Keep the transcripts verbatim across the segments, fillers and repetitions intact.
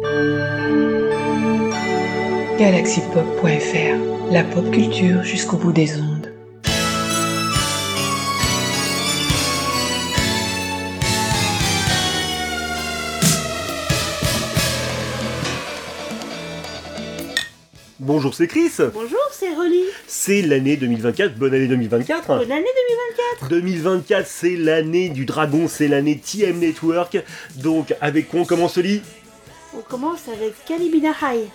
galaxy pop point f r, la pop culture jusqu'au bout des ondes. Bonjour, c'est Chris. Bonjour, c'est Rolly. C'est l'année deux mille vingt-quatre, bonne année deux mille vingt-quatre. Bonne année deux mille vingt-quatre. deux mille vingt-quatre, c'est l'année du dragon, c'est l'année T M Network. Donc, avec quoi on commence, Oli ? On commence avec Kalibina High.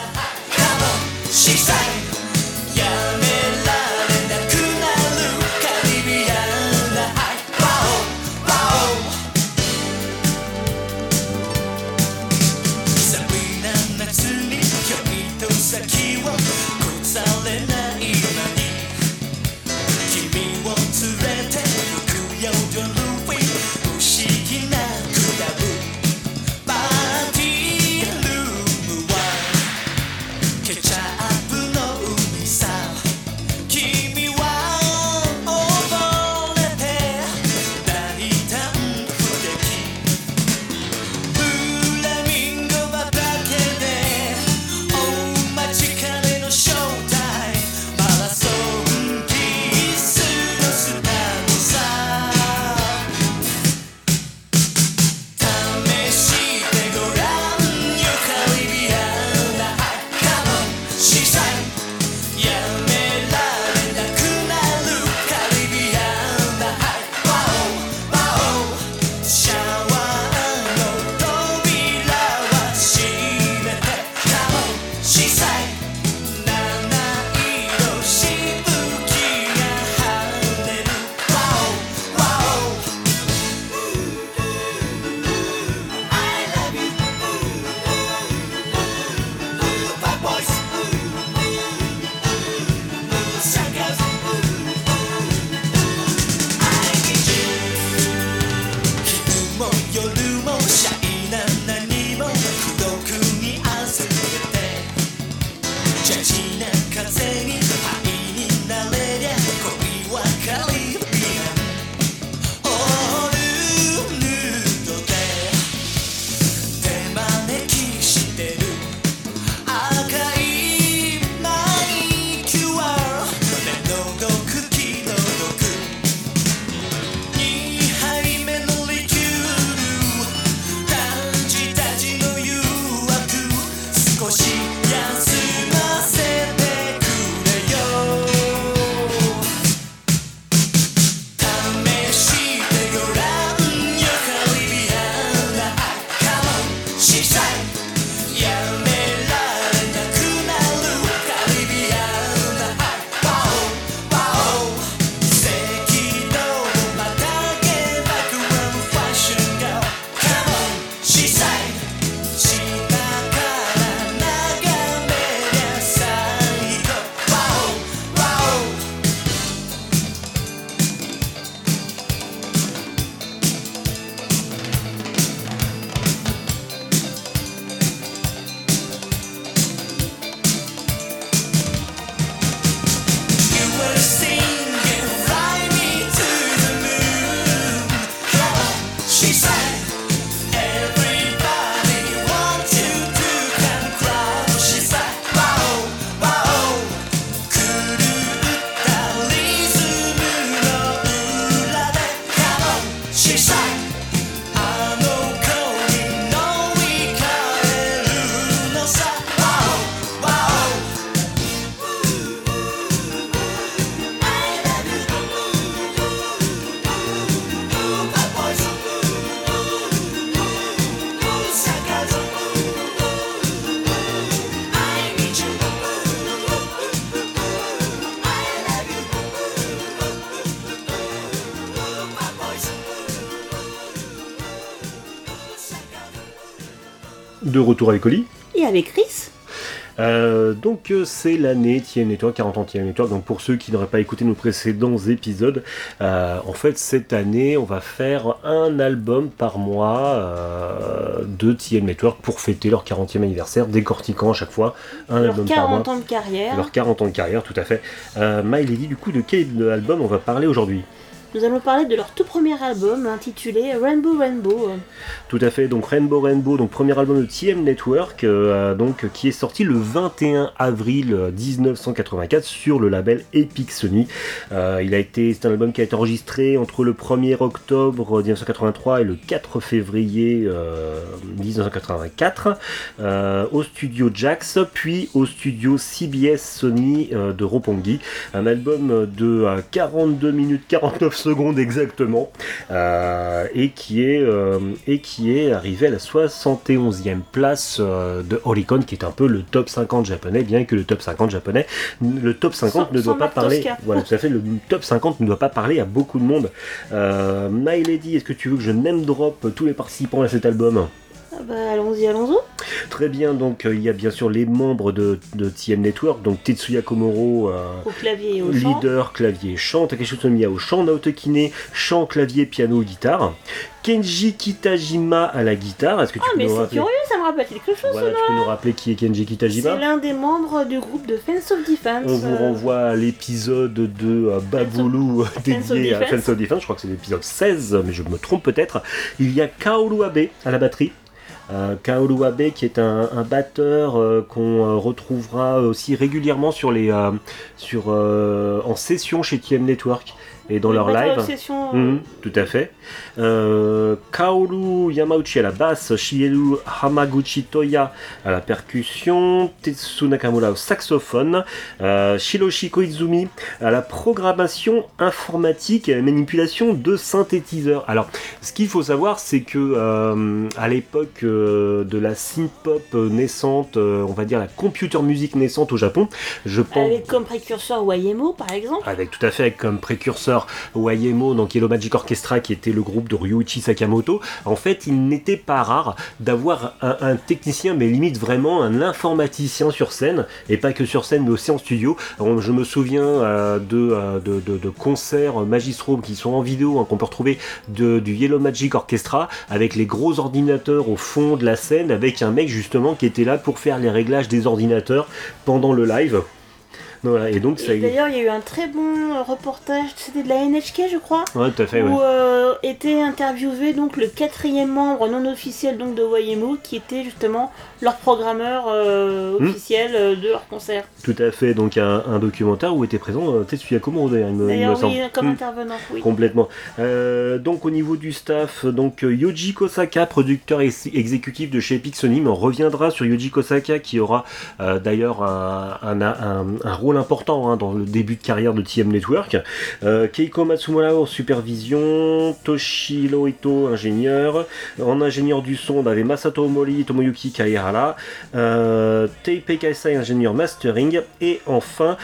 De retour avec Oli. Et avec Chris. Euh, donc euh, c'est l'année T M Network, quarante ans T M Network. Donc pour ceux qui n'auraient pas écouté nos précédents épisodes, euh, en fait cette année on va faire un album par mois euh, de T M Network pour fêter leur quarantième anniversaire, décortiquant à chaque fois un leur album par mois. quarante ans de carrière. Leur quarante ans de carrière, tout à fait. Euh, My Lady, du coup, de quel album on va parler aujourd'hui ? nous allons parler de leur tout premier album intitulé Rainbow Rainbow. Tout à fait, donc Rainbow Rainbow, donc premier album de T M Network, euh, donc, qui est sorti le vingt et un avril dix-neuf cent quatre-vingt-quatre sur le label Epic Sony. Euh, il a été, c'est un album qui a été enregistré entre le premier octobre dix-neuf cent quatre-vingt-trois et le quatre février euh, dix-neuf cent quatre-vingt-quatre euh, au studio Jax, puis au studio C B S Sony euh, de Roppongi. Un album de euh, quarante-deux minutes quarante-neuf secondes exactement, euh, et, qui est, euh, et qui est arrivé à la soixante et onzième place euh, de Oricon, qui est un peu le top cinquante japonais, bien que le top cinquante japonais, le top cinquante sans, ne doit sans pas parler. Oscar. Voilà, tout à fait, le top cinquante ne doit pas parler à beaucoup de monde. Euh, My Lady, est-ce que tu veux que je name drop tous les participants à cet album ? Ah bah, allons-y, allons-y. Très bien, donc euh, il y a bien sûr les membres de, de T M Network, donc Tetsuya Komuro, euh, Au clavier et au chant. leader, clavier, chant, Takeshi Tsunomiya au chant, Naoto Kine, chant, clavier, piano, guitare, Kenji Kitajima à la guitare. Est-ce que tu Ah peux mais nous c'est rappeler curieux, ça me rappelle quelque chose. Voilà, ça, tu peux nous rappeler qui est Kenji Kitajima ? C'est l'un des membres du groupe de Fans of Defense. On vous renvoie à l'épisode de euh, Baboulou dédié à Defense. Fans of Defense, je crois que c'est l'épisode seize, mais je me trompe peut-être. Il y a Kaoru Abe à la batterie. Euh, Kaoru Abe qui est un, un batteur euh, qu'on euh, retrouvera aussi régulièrement sur les, euh, sur, euh, en session chez T M Network et dans Oui, leur batteur live. d'obsession, euh, Mmh, tout à fait. Euh, Kaoru Yamauchi à la basse, Shigeru Hamaguchi Toya à la percussion, Tetsu Nakamura au saxophone, euh, Shiroshi Koizumi à la programmation informatique et à la manipulation de synthétiseurs. Alors, ce qu'il faut savoir, c'est que euh, à l'époque euh, de la synth-pop naissante, euh, on va dire la computer music naissante au Japon, je pense... Avec comme précurseur Y M O par exemple. Avec tout à fait, avec comme précurseur Y M O, donc Yellow Magic Orchestra, qui était le groupe de Ryuichi Sakamoto. En fait, il n'était pas rare d'avoir un, un technicien, mais limite vraiment un informaticien sur scène, et pas que sur scène, mais aussi en studio. Alors, je me souviens euh, de, euh, de, de, de concerts magistraux qui sont en vidéo, hein, qu'on peut retrouver de, du Yellow Magic Orchestra, avec les gros ordinateurs au fond de la scène, avec un mec justement qui était là pour faire les réglages des ordinateurs pendant le live. Voilà, et donc, ça Et d'ailleurs, il y a eu un très bon reportage, c'était de la N H K, je crois, ouais, tout à fait, ouais. où euh, était interviewé donc le quatrième membre non officiel donc de Y M O, qui était justement leur programmeur euh, Hmm. officiel euh, de leur concert. Tout à fait, donc un, un documentaire où était présent euh, Tetsuya Komuro d'ailleurs, il me, il me D'ailleurs, semble. oui, comme Hmm. intervenant, oui. Complètement. Euh, donc au niveau du staff, donc Yoji Kosaka, producteur ex- exécutif de chez Epic Sony, mais on reviendra sur Yoji Kosaka qui aura euh, d'ailleurs un, un, un, un rôle important hein, dans le début de carrière de T M Network. Euh, Keiko Matsumura en supervision, Toshiro Ito ingénieur, en ingénieur du son on avait Masato Omori, Tomoyuki Kaihara, euh, Teipei Kaisai ingénieur mastering, et enfin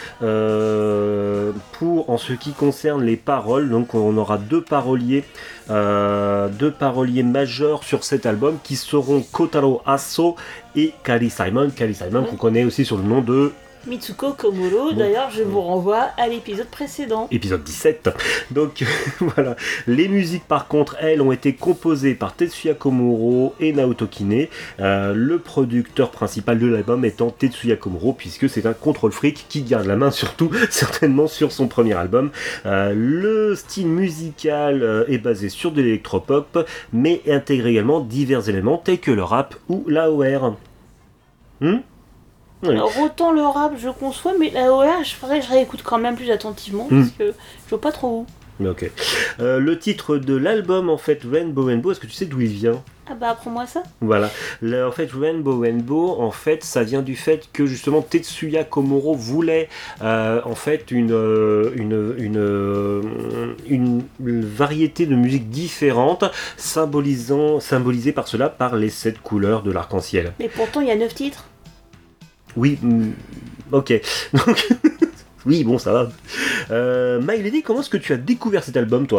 euh, pour en ce qui concerne les paroles, donc on aura deux paroliers euh, deux paroliers majeurs sur cet album qui seront Kotaro Aso et Kari Simon Kari Simon Ouais. qu'on connaît aussi sur le nom de Mitsuko Komuro, Bon. d'ailleurs, je vous renvoie à l'épisode précédent. épisode dix-sept. Donc voilà, les musiques par contre elles ont été composées par Tetsuya Komuro et Naoto Kine, euh, le producteur principal de l'album étant Tetsuya Komuro, puisque c'est un contrôle freak qui garde la main surtout certainement sur son premier album. Euh, le style musical euh, est basé sur de l'électropop, mais intègre également divers éléments tels que le rap ou l'A O R. Hmm Oui. Alors, autant le rap, je conçois, mais la O R, je faudrait que je réécoute quand même plus attentivement, Mm. parce que je vois pas trop où. Ok. Euh, le titre de l'album en fait, Rainbow Rainbow, est-ce que tu sais d'où il vient ? Ah bah, apprends-moi ça. Voilà. Le- en fait, Rainbow Rainbow, en fait, ça vient du fait que justement Tetsuya Komuro voulait euh, en fait une, euh, une, une, euh, une, une variété de musique différente, symbolisant, symbolisée par cela par les sept couleurs de l'arc-en-ciel. Mais pourtant, il y a neuf titres. Oui, mm, ok. Donc, oui, bon, ça va. Euh, My Lady, comment est-ce que tu as découvert cet album, toi ?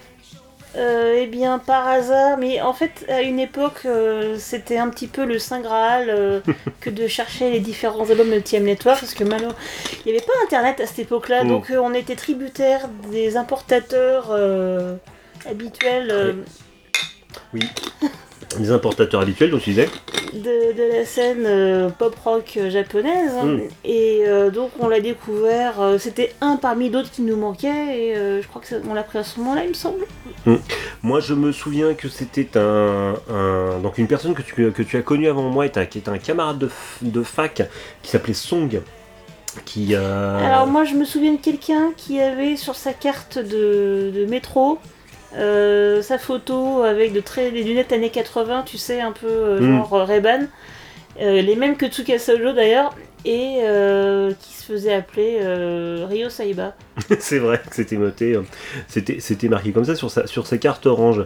Euh, eh bien, par hasard, mais en fait, à une époque, euh, c'était un petit peu le Saint Graal euh, que de chercher les différents albums de T M Network, parce que malheureusement, il n'y avait pas Internet à cette époque-là, Mm. donc euh, on était tributaire des importateurs euh, habituels. euh, Oui. Les importateurs habituels, donc tu disais ? de, de la scène euh, pop-rock japonaise. Mm. Et euh, donc on l'a découvert, euh, c'était un parmi d'autres qui nous manquait, et euh, je crois qu'on l'a pris à ce moment-là, il me semble. Mm. Moi je me souviens que c'était un, un... donc une personne que tu, que tu as connue avant moi, qui était un camarade de, de fac qui s'appelait Song. Qui, euh... Alors moi je me souviens de quelqu'un qui avait sur sa carte de, de métro euh, sa photo avec de très, des lunettes années quatre-vingts, tu sais, un peu euh, genre mm. Ray-Ban, euh, les mêmes que Tsukasa Ojo d'ailleurs, et euh, qui se faisait appeler euh, Ryo Saiba. C'est vrai que c'était noté, c'était, c'était marqué comme ça sur, sa, sur ses cartes orange.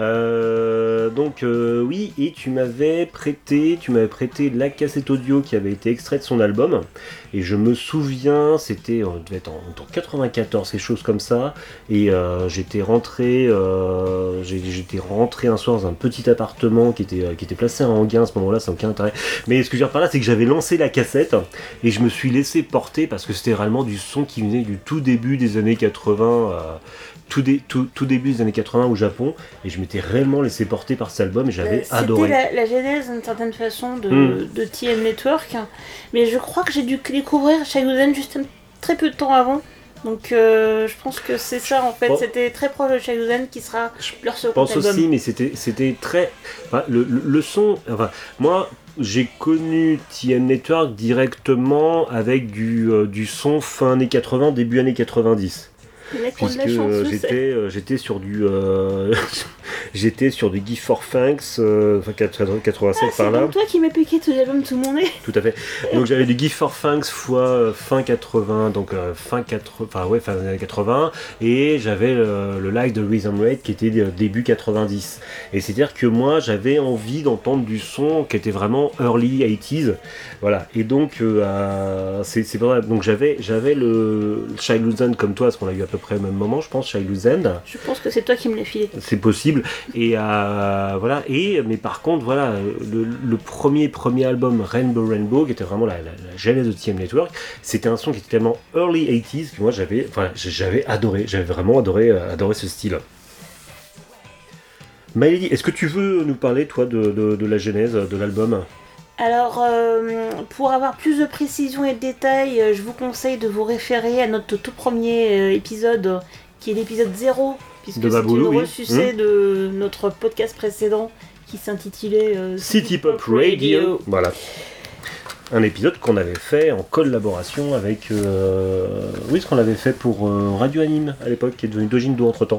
Euh, donc euh, oui, et tu m'avais prêté, tu m'avais prêté la cassette audio qui avait été extraite de son album. Et je me souviens, c'était on devait être en, en quatre-vingt-quatorze, quelque chose comme ça. Et euh, j'étais rentré, euh, j'ai, j'étais rentré un soir dans un petit appartement qui était, qui était placé à Enghien à ce moment-là, ça n'a aucun intérêt. Mais ce que je veux dire par là, c'est que j'avais lancé la cassette et je me suis laissé porter parce que c'était réellement du son qui venait du tout début des années quatre-vingts, euh, tout, dé, tout, tout début des années quatre-vingts au Japon, et je m'étais réellement laissé porter par cet album et j'avais C'était adoré. C'était la, la genèse d'une certaine façon de, mm. de T M Network, mais je crois que j'ai dû découvrir Shaikuzen juste un, très peu de temps avant. Donc euh, je pense que c'est ça en fait, bon. C'était très proche de Shaikuzen qui sera leur second album. Je pense aussi, mais c'était, c'était très... Enfin, le, le, le son... Enfin, moi... J'ai connu T M Network directement avec du, euh, du son fin années quatre-vingts, début années quatre-vingt-dix. Puisque euh, j'étais, euh, j'étais sur du euh, j'étais sur du Gift for Thanks euh, quatre-vingt-sept ah, par là. C'est toi qui m'as piqué tout l'album tout mon nez. Tout à fait. Donc j'avais du Gift for Thanks fois euh, fin quatre-vingts, donc euh, fin quatre-vingts, enfin ouais fin années quatre-vingts, et j'avais le, le live de Rhythm Rate qui était euh, début quatre-vingt-dix. Et c'est à dire que moi j'avais envie d'entendre du son qui était vraiment early eighties, voilà. Et donc euh, c'est c'est vrai. Donc j'avais j'avais le Shaikuzen comme toi, parce qu'on l'a eu à peu près au même moment, je pense, Shaikuzen. Je pense que c'est toi qui me l'as filé. C'est possible. Et euh, voilà. Et mais par contre, voilà, le, le premier premier album Rainbow Rainbow, qui était vraiment la, la, la genèse de T M Network, c'était un son qui était tellement early eighties que moi j'avais, enfin, j'avais adoré, j'avais vraiment adoré, adoré ce style. Maëlie, est-ce que tu veux nous parler, toi, de, de, de la genèse de l'album ? Alors, euh, pour avoir plus de précision et de détails, je vous conseille de vous référer à notre tout premier épisode, qui est l'épisode zéro, puisque de c'est Baboulou, une oui. ressucée mmh. de notre podcast précédent, qui s'intitulait euh, City, City Pop, Pop Radio. Radio. Voilà. Un épisode qu'on avait fait en collaboration avec... Euh, oui, ce qu'on avait fait pour euh, Radio Anime, à l'époque, qui est devenu Dojin-Do entre-temps.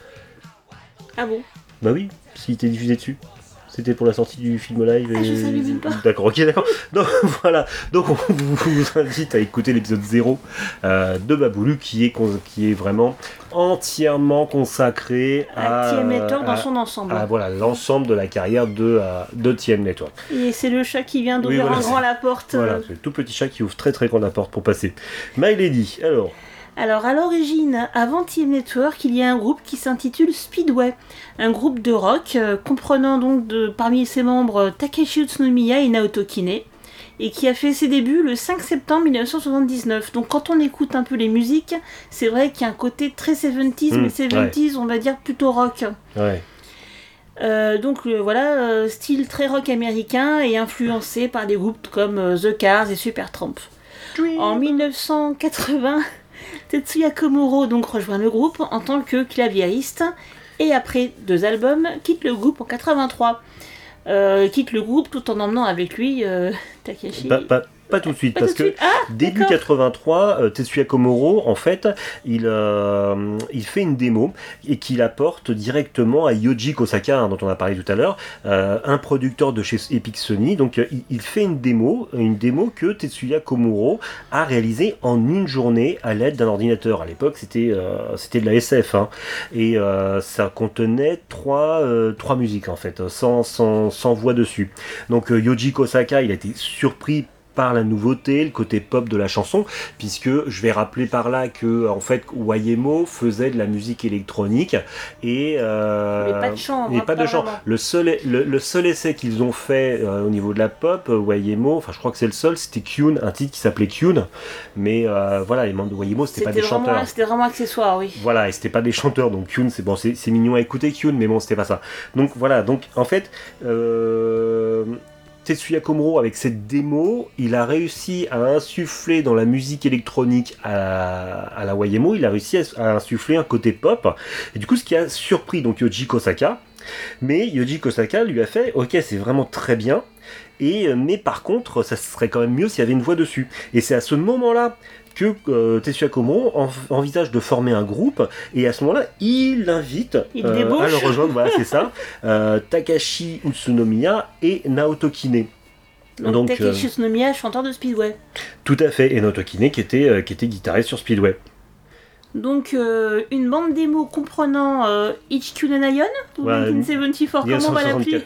Ah bon ? Bah oui, s'il était diffusé dessus. C'était pour la sortie du film live. Et... Ah, je savais même pas. D'accord, ok, d'accord. Donc voilà, donc on vous invite à écouter l'épisode zéro euh, de Baboulou, qui est, qui est vraiment entièrement consacré à, à T M Network dans son ensemble. À, voilà, l'ensemble de la carrière de, de T M Network. Et c'est le chat qui vient d'ouvrir oui, voilà, en grand la porte. Voilà, c'est le tout petit chat qui ouvre très très grand la porte pour passer. My Lady, alors... Alors à l'origine, avant T M Network, il y a un groupe qui s'intitule Speedway, un groupe de rock euh, comprenant donc de, parmi ses membres Takeshi Utsunomiya et Naoto Kine, et qui a fait ses débuts le cinq septembre mille neuf cent soixante-dix-neuf. Donc quand on écoute un peu les musiques, c'est vrai qu'il y a un côté très soixante-dix, mmh, mais soixante-dix, ouais. On va dire plutôt rock. Ouais. Euh, donc euh, voilà, euh, style très rock américain et influencé par des groupes comme euh, The Cars et Supertramp. Dream. En mille neuf cent quatre-vingts, Tetsuya Komuro donc rejoint le groupe en tant que claviériste et après deux albums quitte le groupe en quatre-vingt-trois. Euh, quitte le groupe tout en emmenant avec lui euh, Takeshi. Pas, pas, pas tout de suite, pas parce que suite. Ah, début d'accord. quatre-vingt-trois, euh, Tetsuya Komuro, en fait, il, euh, il fait une démo et qu'il apporte directement à Yoji Kosaka, hein, dont on a parlé tout à l'heure, euh, un producteur de chez Epic Sony. Donc euh, il, il fait une démo, une démo que Tetsuya Komuro a réalisée en une journée à l'aide d'un ordinateur. À l'époque, c'était, euh, c'était de la S F, hein, et euh, ça contenait trois, euh, trois musiques en fait, sans, sans, sans voix dessus. Donc euh, Yoji Kosaka, il a été surpris par la nouveauté, le côté pop de la chanson, puisque je vais rappeler par là que en fait Y M O faisait de la musique électronique et euh, mais pas de chant, mais pas de chant. Le seul le, le seul essai qu'ils ont fait euh, au niveau de la pop, Y M O, enfin je crois que c'est le seul, c'était Kyun, un titre qui s'appelait Kyun, mais euh, voilà, les membres de Y M O c'était, c'était pas des vraiment, chanteurs. C'était vraiment accessoire, oui. Voilà, et c'était pas des chanteurs, donc Kyun c'est bon, c'est, c'est mignon à écouter Kyun, mais bon c'était pas ça. Donc voilà, donc en fait. Euh, Tetsuya Komuro, avec cette démo, il a réussi à insuffler dans la musique électronique à la, à la Y M O, il a réussi à, à insuffler un côté pop. Et du coup, ce qui a surpris donc Yoji Kosaka, mais Yoji Kosaka lui a fait « Ok, c'est vraiment très bien, et, mais par contre, ça serait quand même mieux s'il y avait une voix dessus. » Et c'est à ce moment-là que euh, Tetsuya Komuro en, envisage de former un groupe, et à ce moment-là, il invite il euh, à le rejoindre, voilà, c'est ça, euh, Takashi Utsunomiya et Naoto Kine. Donc, Donc Takashi euh, Utsunomiya, chanteur de Speedway. Tout à fait, et Naoto Kine qui était, euh, qui était guitariste sur Speedway. Donc euh, une bande démo comprenant euh, Ichikyu Nanayon, ou ouais, dix-neuf soixante-quatre, comment on va l'appeler,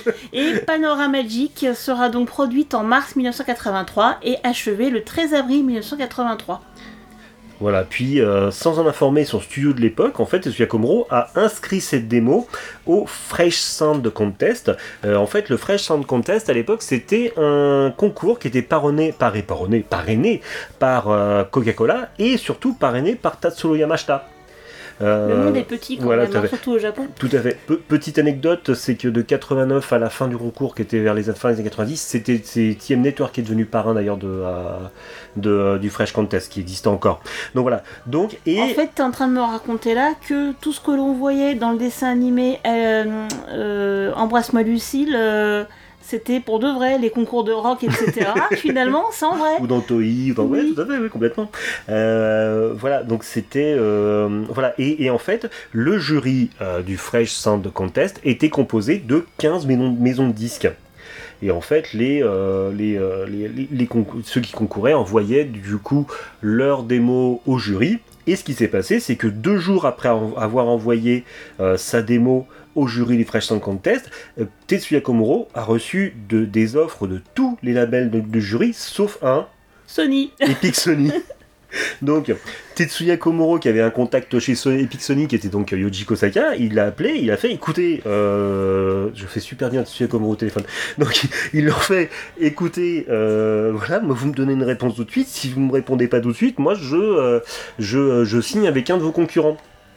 et Panorama Magic sera donc produite en mars dix-neuf cent quatre-vingt-trois et achevée le treize avril dix-neuf cent quatre-vingt-trois. Voilà, puis euh, sans en informer son studio de l'époque, en fait, Tetsuya Komuro a inscrit cette démo au Fresh Sound Contest. Euh, en fait, le Fresh Sound Contest, à l'époque, c'était un concours qui était parrainé, parrainé, parrainé, parrainé par euh, Coca-Cola et surtout parrainé par Tatsuro Yamashita. Euh, le monde est petit quand voilà, même, hein, surtout au Japon. Tout à fait. Pe- petite anecdote, c'est que de quatre-vingt-neuf à la fin du concours, qui était vers les fin des années quatre-vingt-dix, c'était c'est T M Network qui est devenu parrain d'ailleurs de, euh, de, euh, du Fresh Contest, qui existait encore. Donc voilà. Donc, et... En fait, tu es en train de me raconter là que tout ce que l'on voyait dans le dessin animé euh, euh, Embrasse-moi Lucille... Euh... C'était pour de vrai, les concours de rock, et cetera. Finalement, c'est en vrai. Ou dans Toei, ou dans... Oui. Ouais, tout à fait, oui, complètement. Euh, voilà, donc c'était... Euh, voilà, et, et en fait, le jury euh, du Fresh Sound Contest était composé de quinze maisons, maisons de disques. Et en fait, les, euh, les, euh, les, les, les concours, ceux qui concouraient envoyaient du coup leur démo au jury. Et ce qui s'est passé, c'est que deux jours après avoir envoyé euh, sa démo au jury du Fresh Sound Contest, euh, Tetsuya Komuro a reçu de, des offres de tous les labels de, de jury, sauf un. Sony. Epic Sony. Donc, Tetsuya Komuro, qui avait un contact chez Sony, Epic Sony, qui était donc Yoji Kosaka, il l'a appelé, il a fait, écoutez, euh, je fais super bien Tetsuya Komuro au téléphone, donc il leur fait, écoutez, euh, voilà, moi, vous me donnez une réponse tout de suite, si vous me répondez pas tout de suite, moi je, euh, je, je signe avec un de vos concurrents.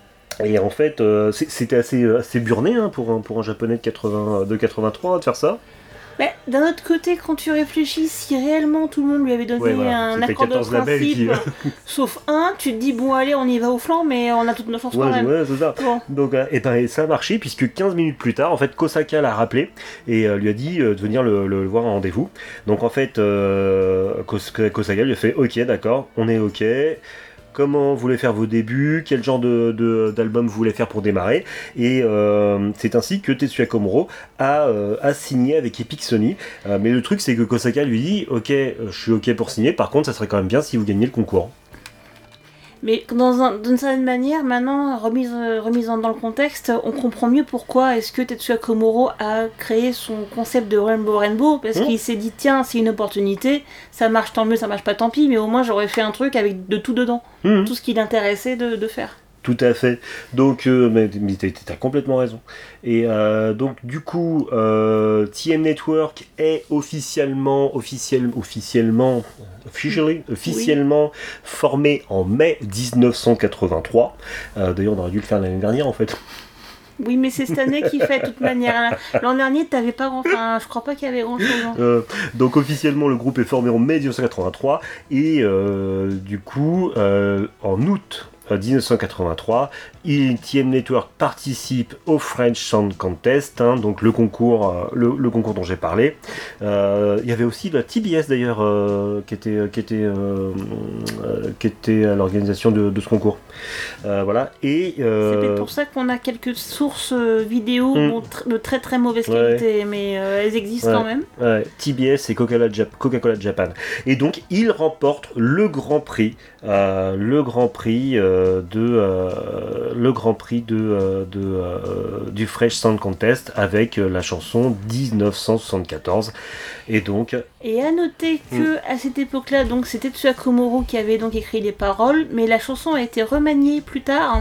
Et en fait, euh, c'était assez, assez burné hein, pour, un, pour un japonais de, quatre-vingts, de quatre-vingt-trois de faire ça. Mais d'un autre côté, quand tu réfléchis, si réellement tout le monde lui avait donné ouais, voilà. un accord de principe, qui... sauf un, tu te dis bon allez on y va au flanc, mais on a toutes nos chances ouais, quand même. Ouais, c'est ça. Bon. Donc euh, et ben, ça a marché puisque quinze minutes plus tard, en fait, Kosaka l'a rappelé et euh, lui a dit euh, de venir le, le, le voir en rendez-vous. Donc en fait, euh, Kosaka lui a fait ok d'accord, on est ok. Comment vous voulez faire vos débuts, quel genre de, de, d'album vous voulez faire pour démarrer, et euh, c'est ainsi que Tetsuya Komuro a, euh, a signé avec Epic Sony, euh, mais le truc c'est que Kosaka lui dit ok, je suis ok pour signer, par contre ça serait quand même bien si vous gagnez le concours. Mais dans un, d'une certaine manière, maintenant, remise, remise dans le contexte, on comprend mieux pourquoi est-ce que Tetsuya Komuro a créé son concept de Rainbow Rainbow, parce mmh. qu'il s'est dit, tiens, c'est une opportunité, ça marche tant mieux, ça marche pas tant pis, mais au moins j'aurais fait un truc avec de tout dedans, mmh. tout ce qui l'intéressait de, de faire. Tout à fait. Donc, euh, mais, mais t'as, t'as complètement raison. Et euh, donc, du coup, euh, T M Network est officiellement, officiel, officiellement, officially, officiellement oui. formé en mai dix-neuf cent quatre-vingt-trois. Euh, d'ailleurs, on aurait dû le faire l'année dernière, en fait. Oui, mais c'est cette année qui fait de toute manière. L'an dernier, t'avais pas grand. Enfin, je crois pas qu'il y avait grand chose. Hein. Euh, donc officiellement, le groupe est formé en mai dix-neuf cent quatre-vingt-trois et euh, du coup, euh, en août dix-neuf cent quatre-vingt-trois, T M Network participe au French Sound Contest, hein, donc le concours, euh, le, le concours dont j'ai parlé. Euh, il y avait aussi la T B S d'ailleurs euh, qui était, qui était, euh, euh, qui était à l'organisation de, de ce concours. Euh, voilà. Et euh, c'est peut-être pour ça qu'on a quelques sources vidéo mm. bon, tr- de très très mauvaise qualité, ouais. mais euh, elles existent ouais. quand même. Ouais. T B S et Coca-Cola, Jap- Coca-Cola Japan. Et donc il remporte le Grand Prix, euh, le Grand Prix euh, de euh, le Grand Prix de, euh, de, euh, du Fresh Sound Contest avec euh, la chanson dix-neuf cent soixante-quatorze. Et donc... Et à noter que mm. à cette époque-là, donc c'était Tetsuya Komuro qui avait donc écrit les paroles, mais la chanson a été remaniée plus tard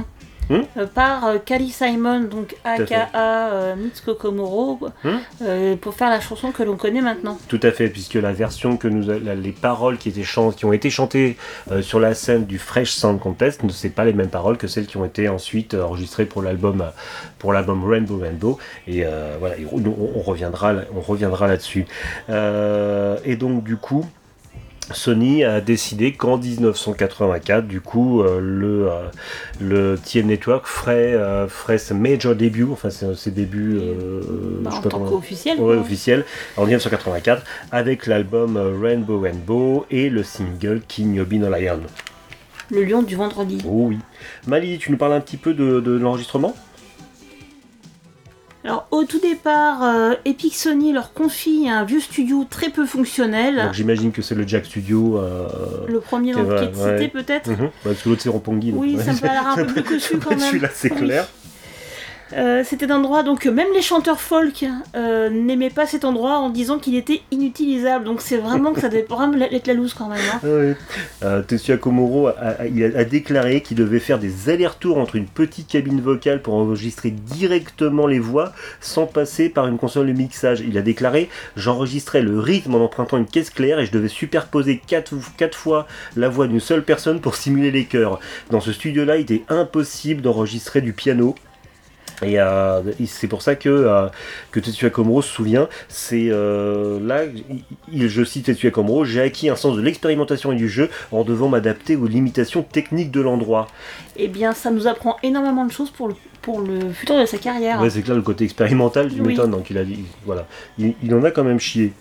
mmh. euh, par euh, Carly Simon, donc aka euh, Mitsuko Komuro, mmh. euh, pour faire la chanson que l'on connaît maintenant. Tout à fait, puisque la version que nous a, la, les paroles qui, étaient chant, qui ont été chantées euh, sur la scène du Fresh Sound Contest, ce n'est pas les mêmes paroles que celles qui ont été ensuite euh, enregistrées pour l'album, pour l'album Rainbow Rainbow. Et euh, voilà, on, on reviendra, on reviendra là-dessus. Euh, et donc du coup, Sony a décidé qu'en dix-neuf cent quatre-vingt-quatre, du coup, euh, le, euh, le T M Network ferait, euh, ferait ses major débuts, enfin ses, ses débuts euh, bah, je en sais pas tant comment... qu'officiel, ouais, officiel, en dix-neuf cent quatre-vingt-quatre, avec l'album Rainbow Rainbow et le single King Yobi no Lion. Le lion du vendredi. Oh oui. Mali, tu nous parles un petit peu de, de l'enregistrement ? Alors au tout départ, euh, Epic Sony leur confie un vieux studio très peu fonctionnel. Donc j'imagine que c'est le Jack Studio. Euh, le premier dans ouais, qui est cité ouais. peut-être. Mm-hmm. Ouais, parce que l'autre c'est Ronpongi. Oui, donc, ça me paraît un peu plus cossu quand même. Celui-là c'est oui. clair. Euh, c'était un endroit, donc même les chanteurs folk euh, n'aimaient pas cet endroit en disant qu'il était inutilisable. Donc c'est vraiment que ça devait vraiment être la loose quand même. Hein. Oui. Euh, Tetsuya Komuro a, a, il a, a déclaré qu'il devait faire des allers-retours entre une petite cabine vocale pour enregistrer directement les voix sans passer par une console de mixage. Il a déclaré « J'enregistrais le rythme en empruntant une caisse claire et je devais superposer quatre, quatre fois la voix d'une seule personne pour simuler les chœurs. Dans ce studio-là, il était impossible d'enregistrer du piano. » Et euh, c'est pour ça que, euh, que Tetsuya Komuro se souvient, c'est euh, là, il, je cite Tetsuya Komuro, j'ai acquis un sens de l'expérimentation et du jeu en devant m'adapter aux limitations techniques de l'endroit. Eh bien, ça nous apprend énormément de choses pour le, pour le futur de sa carrière. Ouais, c'est clair, le côté expérimental, tu oui. m'étonnes, donc il a dit, voilà, il, il en a quand même chié.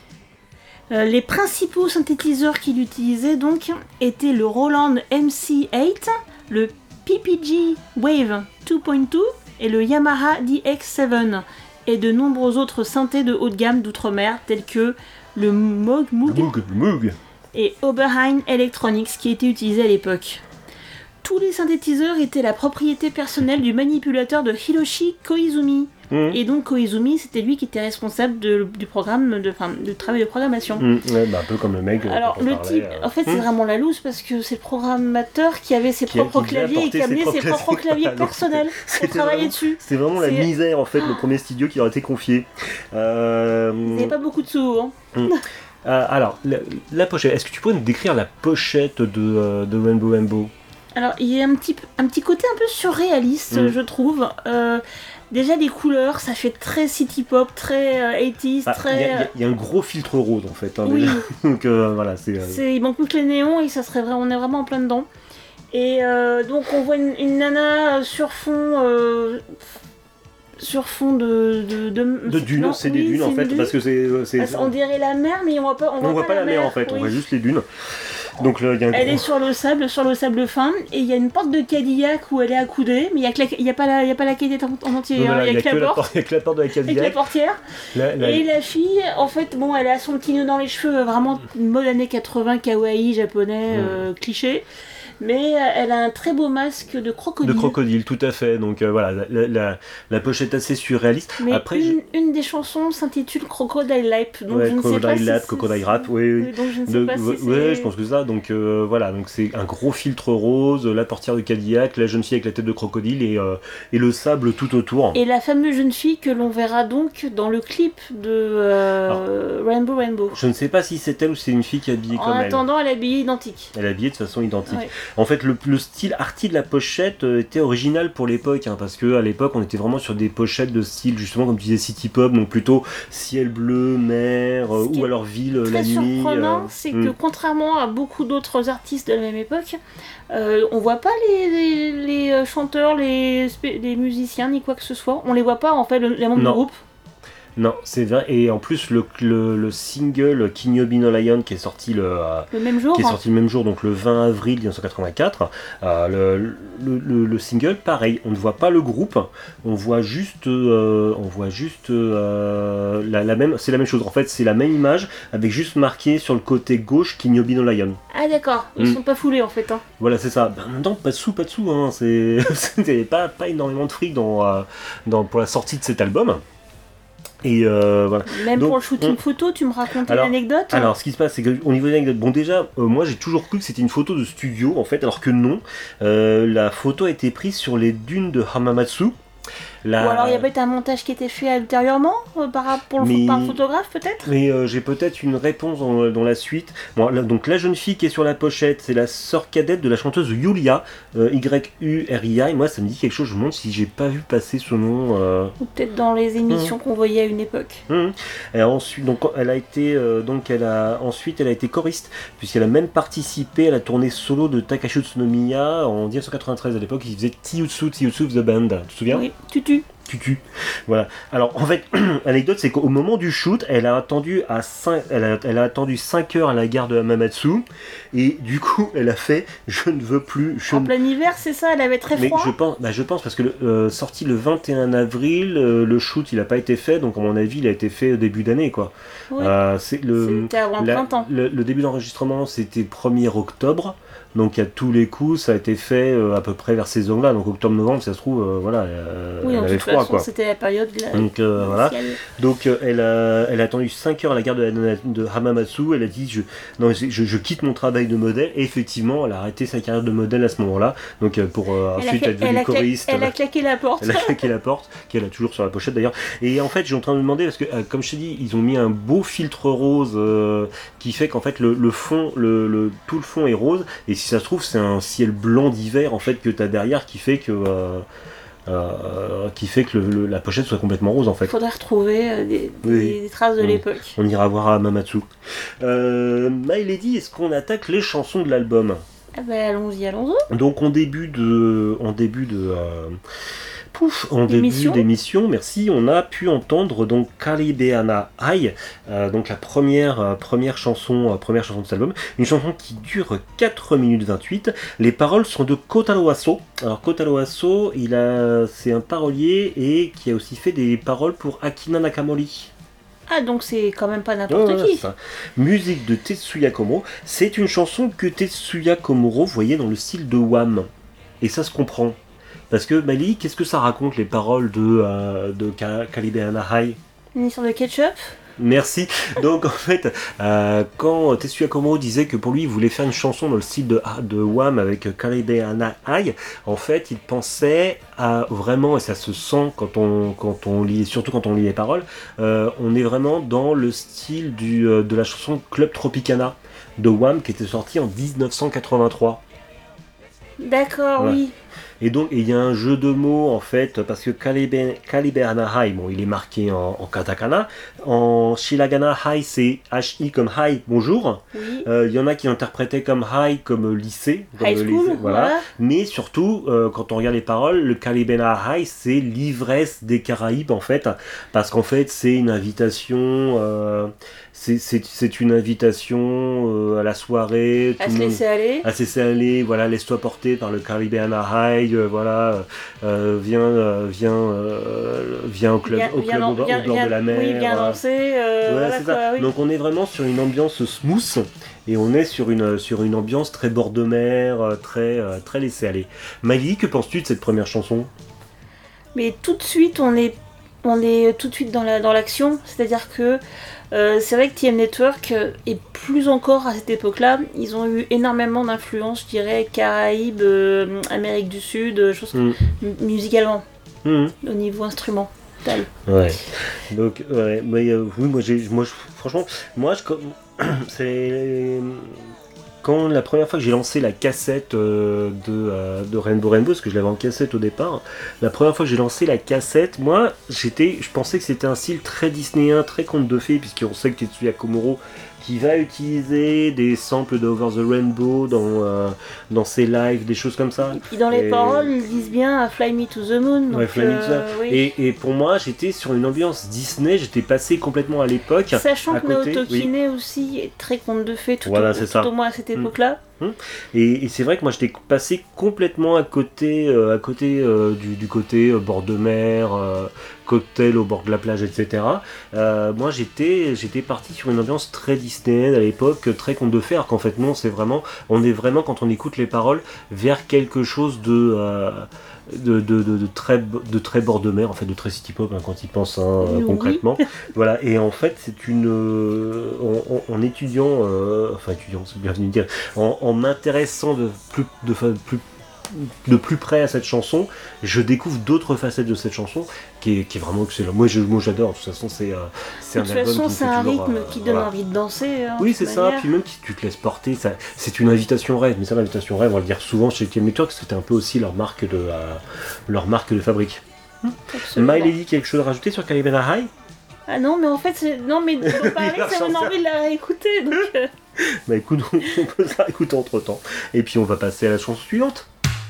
Euh, les principaux synthétiseurs qu'il utilisait donc étaient le Roland M C huit, le P P G Wave deux point deux, et le Yamaha D X sept, et de nombreux autres synthés de haut de gamme d'outre-mer tels que le Moog, Moog, Moog, Moog. et Oberheim Electronics qui étaient utilisés à l'époque. Tous les synthétiseurs étaient la propriété personnelle du manipulateur de Hiroshi Koizumi. Mmh. Et donc Koizumi, c'était lui qui était responsable de, du programme, de, enfin, du travail de programmation. Mmh. Ouais, bah, un peu comme le mec. Alors le parlait, type, euh... en fait, c'est mmh. vraiment la loose parce que c'est le programmateur qui avait ses qui propres a, qui claviers et qui amenait ses, ses propres claviers voilà, personnels pour travailler vraiment, dessus. C'est vraiment c'est... la misère en fait, le premier studio qui leur a été confié. Euh... Il n'y avait pas beaucoup de sous. Hein. Mmh. euh, alors la, la pochette. Est-ce que tu pourrais nous décrire la pochette de, euh, de Rainbow Rainbow? Alors il y a un petit, un petit côté un peu surréaliste, mmh. je trouve. Euh, Déjà les couleurs, ça fait très city pop, très euh, eighties, ah, très... Il y, y, y a un gros filtre rose en fait. Hein, oui. donc euh, voilà, c'est, euh... c'est... Il manque plus que les néons et ça serait vrai, on est vraiment en plein dedans. Et euh, donc on voit une, une nana sur fond... Euh, sur fond de... De, de, de dunes, non, c'est oui, des dunes c'est en fait, dune. Parce que c'est... c'est... On dirait la mer, mais on voit pas, on voit on voit pas, pas la, la mer, mer en fait, oui. On voit juste les dunes. Donc, là, y a un elle gros... est sur le sable, sur le sable fin, et il y a une porte de Cadillac où elle est accoudée, mais il n'y a, la... a pas la, y a pas la Cadillac en entier, il voilà, n'y a, a que la porte. porte. Il n'y a que la porte de la Cadillac. Avec la portière. La, la... Et la fille, en fait, bon, elle a son petit nœud dans les cheveux, vraiment mode années quatre-vingts, kawaii, japonais, mmh. euh, cliché. Mais elle a un très beau masque de crocodile. De crocodile, tout à fait. Donc euh, voilà, la, la, la pochette assez surréaliste. Mais Après, une, je... une des chansons s'intitule Crocodile Lap. Donc ouais, je ne sais pas Lap, si Crocodile Rap, oui, oui. oui. Donc je ne sais de, pas v- si ouais, c'est... je pense que ça. Donc euh, voilà, donc c'est un gros filtre rose, la portière de Cadillac, la jeune fille avec la tête de crocodile et, euh, et le sable tout autour. Et la fameuse jeune fille que l'on verra donc dans le clip de euh, Alors, Rainbow Rainbow. Je ne sais pas si c'est elle ou c'est une fille qui est habillée en comme elle. En attendant, elle est habillée identique. Elle est habillée de façon identique. Ouais. En fait, le, le style arty de la pochette euh, était original pour l'époque, hein, parce que à l'époque, on était vraiment sur des pochettes de style, justement, comme tu disais, city pop, donc plutôt ciel bleu, mer, euh, ou alors ville la nuit. Très surprenant, euh, c'est hmm. que contrairement à beaucoup d'autres artistes de la même époque, euh, on voit pas les, les, les chanteurs, les, les musiciens, ni quoi que ce soit. On les voit pas, en fait, les membres non. du groupe. Non, c'est vrai. Et en plus, le, le, le single King Yobi no Lion qui est sorti le, euh, le même jour, qui est sorti le même jour, donc le vingt avril dix-neuf cent quatre-vingt-quatre. Euh, le, le, le, le single, pareil, on ne voit pas le groupe, on voit juste, euh, on voit juste euh, la, la même. C'est la même chose. En fait, c'est la même image avec juste marqué sur le côté gauche King Yobi no Lion. Ah d'accord, ils mm. sont pas foulés en fait. Hein. Voilà, c'est ça. Ben, non, pas de sous, pas de sous. Hein. C'est, c'était pas pas énormément de fric dans, euh, dans pour la sortie de cet album. Et euh, voilà. Même Donc, pour le shooting on... photo, tu me racontais alors, l'anecdote hein. Alors, ce qui se passe, c'est qu'au niveau de l'anecdote, bon, déjà, euh, moi j'ai toujours cru que c'était une photo de studio, en fait, alors que non. Euh, la photo a été prise sur les dunes de Hamamatsu. La... Ou alors il y avait un montage qui était fait ultérieurement euh, par, pour le, mais... par le photographe peut-être. Mais euh, j'ai peut-être une réponse dans, dans la suite. Bon, là, donc la jeune fille qui est sur la pochette, c'est la sœur cadette de la chanteuse Yulia, euh, Y U R I A. Et moi ça me dit quelque chose, je me demande si j'ai pas vu passer ce nom. Euh... Ou peut-être dans les émissions mmh. qu'on voyait à une époque. Mmh. Et ensuite, donc elle a été, euh, donc elle a ensuite elle a été choriste puisqu'elle a même participé à la tournée solo de Takashi Utsunomiya en dix-neuf cent quatre-vingt-treize à l'époque. Il faisait Tiyutsu Tiyutsu the Band. Tu te souviens? Oui, Tutu. Tutu. Voilà. Alors en fait, l'anecdote c'est qu'au moment du shoot, elle a attendu à cinq, elle a, elle a attendu cinq heures à la gare de Hamamatsu et du coup elle a fait je ne veux plus. Je en ne... plein hiver, c'est ça, elle avait très Mais froid. je pense, bah je pense parce que le, euh, sorti le vingt et un avril, euh, le shoot il n'a pas été fait, donc à mon avis il a été fait au début d'année quoi. Oui. Euh, c'est le, C'était avant le printemps. Le, le début d'enregistrement c'était premier octobre. Donc à tous les coups, ça a été fait euh, à peu près vers ces zones-là. Donc octobre-novembre, ça se trouve, euh, voilà, euh, oui, elle avait froid, façon, quoi. C'était la période. La... Donc euh, voilà. Donc euh, elle a, elle a attendu cinq heures à la gare de, de Hamamatsu. Elle a dit, je, non, je, je quitte mon travail de modèle. Et effectivement, elle a arrêté sa carrière de modèle à ce moment-là. Donc euh, pour euh, ensuite être devenue choriste. Elle a claqué la porte. Elle a claqué la porte, qu'elle a toujours sur la pochette d'ailleurs. Et en fait, j'ai en train de me demander parce que, euh, comme je t'ai dit, ils ont mis un beau filtre rose euh, qui fait qu'en fait le, le fond, le, le, tout le fond est rose. Et si ça se trouve, c'est un ciel blanc d'hiver en fait que tu as derrière qui fait que euh, euh, qui fait que le, le, la pochette soit complètement rose en fait. Il faudrait retrouver euh, des, oui. des traces de mmh. l'époque. On ira voir à Hamamatsu. Euh, My Lady, est-ce qu'on attaque les chansons de l'album? Ah bah, allons-y, allons-y. Donc en début de en début de euh, Pouf, en début d'émission, merci, on a pu entendre donc Kalibeana Ai, euh, donc la première, euh, première, chanson, euh, première chanson de cet album, une chanson qui dure quatre minutes vingt-huit. Les paroles sont de Kotaro Aso. Alors Kotaro Aso, il a, c'est un parolier et qui a aussi fait des paroles pour Akina Nakamori. Ah, donc c'est quand même pas n'importe oh, qui. Ça. Musique de Tetsuya Komuro. C'est une chanson que Tetsuya Komuro voyait dans le style de Wham. Et ça se comprend. Parce que Mali, qu'est-ce que ça raconte les paroles de, euh, de Kalibeana Ai? Une histoire de ketchup. Merci. Donc en fait, euh, quand Tetsuya Komuro disait que pour lui il voulait faire une chanson dans le style de, de Wham avec Kalibeana Ai, en fait il pensait à vraiment, et ça se sent quand on, quand on lit, surtout quand on lit les paroles, euh, on est vraiment dans le style du, euh, de la chanson Club Tropicana de Wham qui était sortie en dix-neuf cent quatre-vingt-trois. D'accord, voilà. Oui. Et donc il y a un jeu de mots en fait parce que Kalibe, Kalibeana Ai, bon il est marqué en, en katakana, en shiragana Ai c'est H I comme Hi bonjour. Oui. Euh, il y en a qui interprétaient comme Hi comme lycée, comme High le school, lycée, voilà. voilà. Mais surtout euh, quand on regarde les paroles, le Kalibeana Ai c'est l'ivresse des Caraïbes en fait, parce qu'en fait c'est une invitation. Euh, C'est, c'est, c'est une invitation euh, à la soirée, à se laisser aller, à se laisser aller, voilà, laisse-toi porter par le Kalibeana Ai, euh, voilà, euh, viens, euh, viens, euh, viens au club, viens, au, club viens, au, bord, viens, au bord viens, de la mer, oui, viens voilà. danser, euh, ouais, voilà c'est quoi, ça. Oui. Donc on est vraiment sur une ambiance smooth et on est sur une sur une ambiance très bord de mer, très très laissé aller. Maggie, que penses-tu de cette première chanson? Mais tout de suite, on est on est tout de suite dans la dans l'action, c'est-à-dire que Euh, c'est vrai que T M Network, euh, et plus encore à cette époque-là, ils ont eu énormément d'influence, je dirais, Caraïbes, euh, Amérique du Sud, euh, choses mm. m- musicalement, mm. au niveau instrumental. Ouais. Donc, ouais, mais euh, oui, moi, j'ai, moi, je, franchement, moi, je, c'est quand la première fois que j'ai lancé la cassette euh, de, euh, de Rainbow Rainbow, parce que je l'avais en cassette au départ, la première fois que j'ai lancé la cassette, moi, j'étais, je pensais que c'était un style très disneyen, très conte de fées, puisqu'on sait que Tetsuya Komuro qui va utiliser des samples de Over the Rainbow dans, euh, dans ses lives, des choses comme ça. Et puis dans les et... paroles, ils disent bien Fly Me to the Moon. Donc ouais, Fly Me to the euh, oui. et, et pour moi, j'étais sur une ambiance Disney, j'étais passé complètement à l'époque. Sachant à que côté, Naoto oui. Kine aussi est très conte de fées, tout, voilà, au, c'est tout ça. au moins à cette époque-là. Et, et c'est vrai que moi j'étais passé complètement à côté, euh, à côté euh, du, du côté euh, bord de mer, euh, cocktail au bord de la plage, et cetera. Euh, moi j'étais, j'étais parti sur une ambiance très Disney à l'époque, très conte de fées, alors qu'en fait non, c'est vraiment, on est vraiment quand on écoute les paroles vers quelque chose de euh, De, de, de, de, très, de très bord de mer, en fait, de très city pop, hein, quand il pense hein, oui. concrètement. Voilà, et en fait, c'est une. Euh, en, en étudiant, euh, enfin, étudiant, c'est bien venu dire, en, en m'intéressant de plus, de, plus, de plus près à cette chanson, je découvre d'autres facettes de cette chanson qui est, qui est vraiment excellent. Moi, je, moi j'adore, de toute façon, c'est, euh, c'est un album. De toute façon, c'est un toujours, rythme euh, qui donne voilà. envie de danser. Hein, oui, c'est ça, manière. Puis même si tu te laisses porter, ça, c'est une invitation rêve, mais ça, l'invitation rêve, on va le dire souvent chez T M Network, c'était un peu aussi leur marque de, euh, leur marque de fabrique. Absolument. My Lady, quelque chose à rajouter sur Caribbean High? Ah non, mais en fait, c'est... non, mais de parler, ça donne envie de la réécouter. Donc... bah écoute, on peut la réécouter entre temps. Et puis on va passer à la chanson suivante.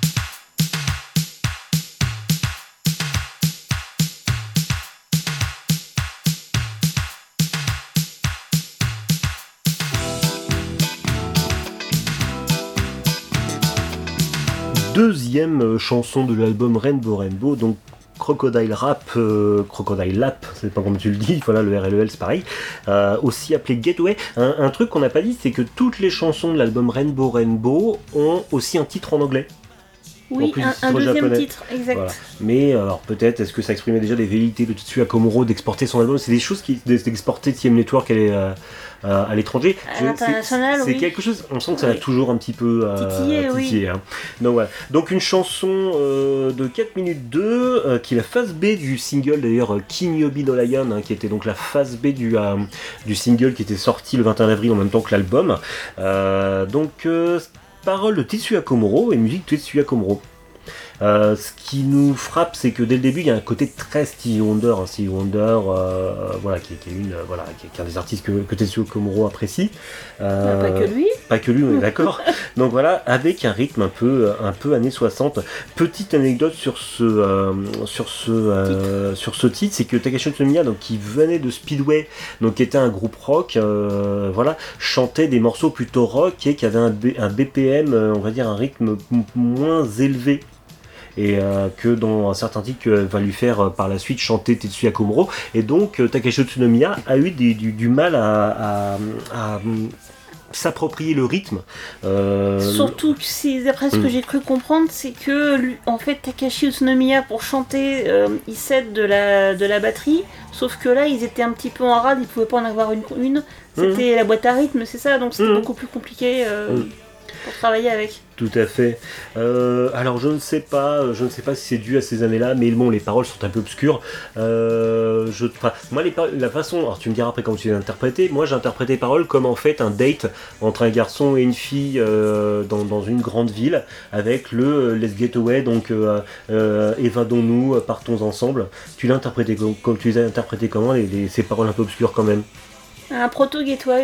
Deuxième chanson de l'album Rainbow Rainbow, donc Crocodile Rap, euh, Crocodile Lap, c'est pas comme tu le dis, voilà, le R et le L c'est pareil, euh, aussi appelé Getaway. Un, un truc qu'on n'a pas dit, c'est que toutes les chansons de l'album Rainbow Rainbow ont aussi un titre en anglais. Oui, plus, un, un deuxième japonais. titre, exact. Voilà. Mais alors peut-être, est-ce que ça exprimait déjà les velléités de Tetsuya Komuro d'exporter son album? C'est des choses qui d'exporter T M Network à, euh, à l'étranger. À l'international, c'est, oui. c'est quelque chose, on sent que ça oui. a toujours un petit peu euh, titillé, titillé. Oui. Hein. Donc, voilà. Donc une chanson euh, de quatre minutes deux, euh, qui est la phase B du single d'ailleurs Kinyobi no Lion, hein, qui était donc la phase B du, euh, du single qui était sorti le vingt et un avril en même temps que l'album. Euh, donc euh, parole de Tetsuya Komuro et musique de Tetsuya Komuro. Euh, ce qui nous frappe, c'est que dès le début, il y a un côté très Stevie Wonder, hein, Stevie Wonder, euh, voilà, qui, qui est une, euh, voilà, qui est, qui est un des artistes que, que Tetsuya Komuro apprécie. Euh, pas que lui. Pas que lui, on est d'accord. Donc voilà, avec un rythme un peu, un peu années soixante. Petite anecdote sur ce, euh, sur ce, euh, sur ce titre, c'est que Takashi Utsunomiya, donc qui venait de Speedway, donc qui était un groupe rock, euh, voilà, chantait des morceaux plutôt rock et qui avait un, B, un B P M, on va dire un rythme m- moins élevé. Et euh, que dans un certain titre euh, va lui faire euh, par la suite chanter Tetsuya Komuro, et donc euh, Takashi Utsunomiya a eu des, du, du mal à, à, à, à s'approprier le rythme. Euh... Surtout que c'est, d'après ce que mmh. j'ai cru comprendre, c'est que lui, en fait Takashi Utsunomiya pour chanter, euh, il cède de la, de la batterie, sauf que là ils étaient un petit peu en rade, ils pouvaient pas en avoir une, une. C'était mmh. la boîte à rythme, c'est ça, donc c'était mmh. beaucoup plus compliqué. Euh... Mmh. Pour travailler avec. Tout à fait. Euh, alors je ne sais pas, je ne sais pas si c'est dû à ces années-là, mais bon, les paroles sont un peu obscures. Euh, je, enfin, moi, les par- la façon, alors tu me diras après comment tu les as interprétées. Moi, j'ai interprété les paroles comme en fait un date entre un garçon et une fille euh, dans, dans une grande ville, avec le euh, Let's Get Away, donc euh, euh, évadons-nous, partons ensemble. Tu l'as interprété comme, comme tu les as interprétées comment les, les, ces paroles un peu obscures quand même. Un proto-gateway.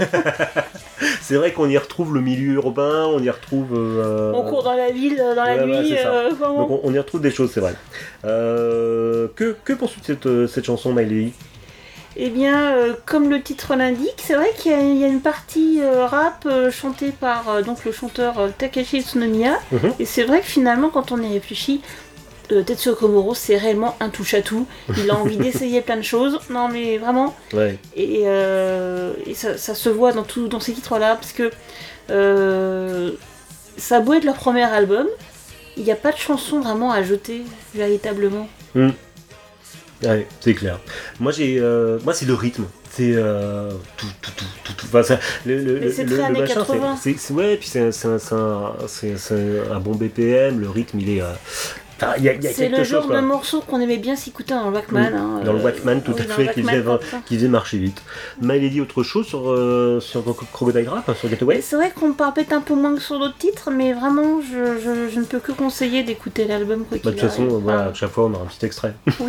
C'est vrai qu'on y retrouve le milieu urbain, on y retrouve... Euh, on court dans la ville, dans la ouais, nuit. Ouais, euh, Donc on, on y retrouve des choses, c'est vrai. Euh, que, que penses-tu de cette, cette chanson, My Lady? Eh bien, euh, comme le titre l'indique, c'est vrai qu'il y a, il y a une partie euh, rap euh, chantée par euh, donc le chanteur euh, Takashi Utsunomiya. Mm-hmm. Et c'est vrai que finalement, quand on y réfléchit, Euh, Tetsuya Komuro, c'est réellement un touche-à-tout. Il a envie d'essayer plein de choses. Non, mais vraiment. Ouais. Et, euh, et ça, ça se voit dans, tout, dans ces titres-là, parce que euh, ça a beau être leur premier album, il n'y a pas de chanson vraiment à jeter, véritablement. Mm. Ouais, c'est clair. Moi, j'ai, euh, moi c'est le rythme. C'est euh, tout, tout, tout, tout, tout. Enfin, ça, le, le, mais c'est le, très le années machin, quatre-vingts. C'est, c'est, c'est, ouais, puis c'est, c'est, c'est, un, c'est, c'est un bon B P M, le rythme, il est... Euh, Enfin, y a, y a c'est le chose, genre quoi. de morceau qu'on aimait bien s'écouter dans le Walkman. Mmh. Hein, dans le Walkman, tout euh, à fait, qui faisait, qui faisait marcher vite. My Lady, autre chose sur, euh, sur Crocodile Rap, sur Getaway? C'est vrai qu'on parle peut-être un peu moins que sur d'autres titres, mais vraiment, je, je, je ne peux que conseiller d'écouter l'album. Quoi bah, de toute façon, voilà, à chaque fois, on aura un petit extrait. Oui.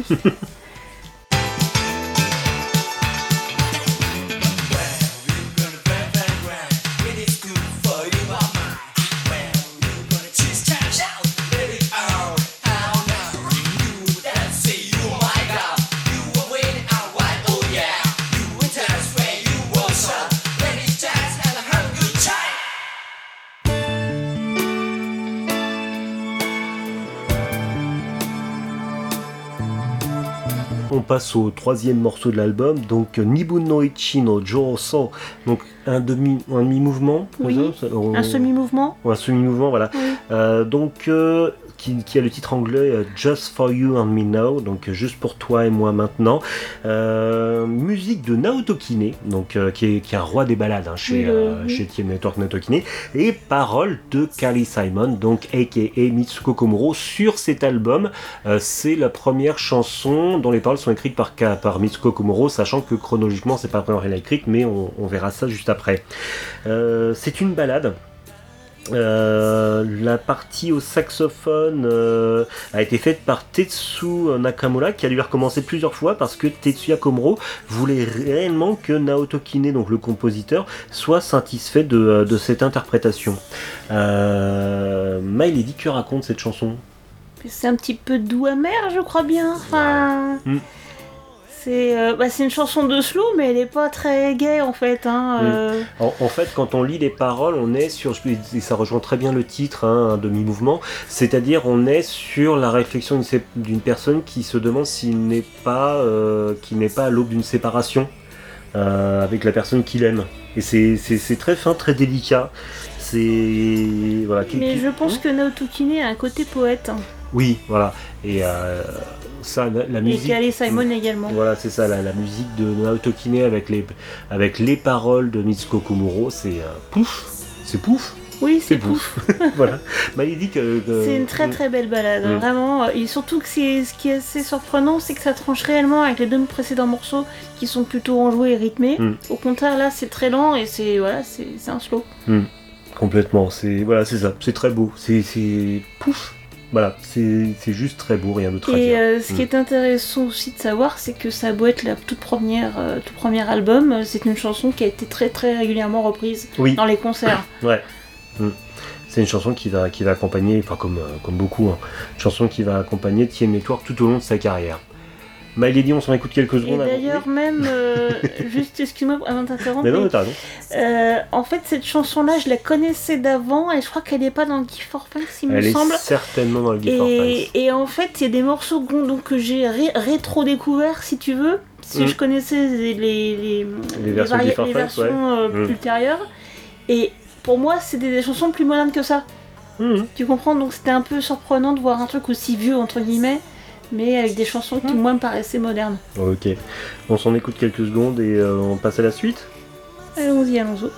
on passe au troisième morceau de l'album, donc Nibun no Ichi no Jouso, donc un demi, un demi-mouvement, oui. ça, on... un semi-mouvement, ou un semi-mouvement, voilà. Oui. Euh, donc euh, qui, qui a le titre anglais uh, Just for You and Me Now, donc juste pour toi et moi maintenant. Euh, musique de Naoto Kine, donc euh, qui, est, qui est un roi des ballades hein, chez, oui, euh, oui. chez T M Network Naoto Kine, et paroles de Carly Simon, donc aka Mitsuko Komuro sur cet album. Euh, c'est la première chanson dont les paroles sont écrites par, par Mitsuko Komuro, sachant que chronologiquement c'est pas la première qu'elle a écrite, mais on, on verra ça juste après. Euh, c'est une ballade. Euh, la partie au saxophone euh, a été faite par Tetsu Nakamura, qui a dû recommencer plusieurs fois parce que Tetsuya Komuro voulait réellement que Naoto Kine, donc le compositeur, soit satisfait de, de cette interprétation. Euh, Milady, que raconte cette chanson ? C'est un petit peu doux amer, je crois bien. Enfin, mm. c'est, euh, bah, c'est une chanson de slow, mais elle est pas très gaie en fait. Hein, euh... mm. en, en fait, quand on lit les paroles, on est sur, et ça rejoint très bien le titre, hein, un demi-mouvement, c'est-à-dire on est sur la réflexion d'une, d'une personne qui se demande s'il n'est pas, euh, qu'il n'est pas à l'aube d'une séparation euh, avec la personne qu'il aime. Et c'est, c'est, c'est très fin, très délicat. C'est voilà. Mais qui, je pense mmh. que Naoto Kine a un côté poète. Oui, voilà. Et euh, ça, la, la musique. Et Carly Simon également. Voilà, c'est ça. La, la musique de Naoto Kine avec les avec les paroles de Mitsuko Komuro, c'est euh, pouf, c'est pouf. Oui, c'est, c'est pouf. pouf. Voilà. Milady que, que... C'est une très très belle balade, mmh. vraiment. Et surtout que c'est, ce qui est assez surprenant, c'est que ça tranche réellement avec les deux précédents morceaux qui sont plutôt enjoués et rythmés. Mmh. Au contraire, là, c'est très lent et c'est voilà, c'est, c'est un slow. Mmh. Complètement. C'est voilà, c'est ça. C'est très beau. C'est, c'est pouf. Voilà, c'est, c'est juste très beau, rien d'autre à dire. Et euh, ce mmh. qui est intéressant aussi de savoir, c'est que ça a beau être la toute première, euh, tout premier album, c'est une chanson qui a été très très régulièrement reprise oui. dans les concerts. Ouais. Mmh. C'est une chanson qui va, qui va accompagner, enfin comme, euh, comme beaucoup, hein, une chanson qui va accompagner T M Network tout au long de sa carrière. Milady, on s'en écoute quelques secondes. Et d'ailleurs, avant. même, euh, juste excuse-moi avant de t'interrompre. Mais non, mais t'as raison. Euh, en fait, cette chanson-là, je la connaissais d'avant et je crois qu'elle n'est pas dans le Gift for Thanks, il Elle me semble. Elle est certainement dans le Gift et, for Thanks. Et en fait, il y a des morceaux donc, que j'ai ré- rétro-découverts, si tu veux, si mm. je connaissais les, les, les, les versions, les, vari- les versions ouais. euh, mm. ultérieures. Et pour moi, c'était des chansons plus modernes que ça. Mm. Tu comprends ? Donc c'était un peu surprenant de voir un truc aussi vieux, entre guillemets, mais avec des chansons qui, moi, me paraissaient modernes. Ok. On s'en écoute quelques secondes et euh, on passe à la suite ? Allons-y, allons-y.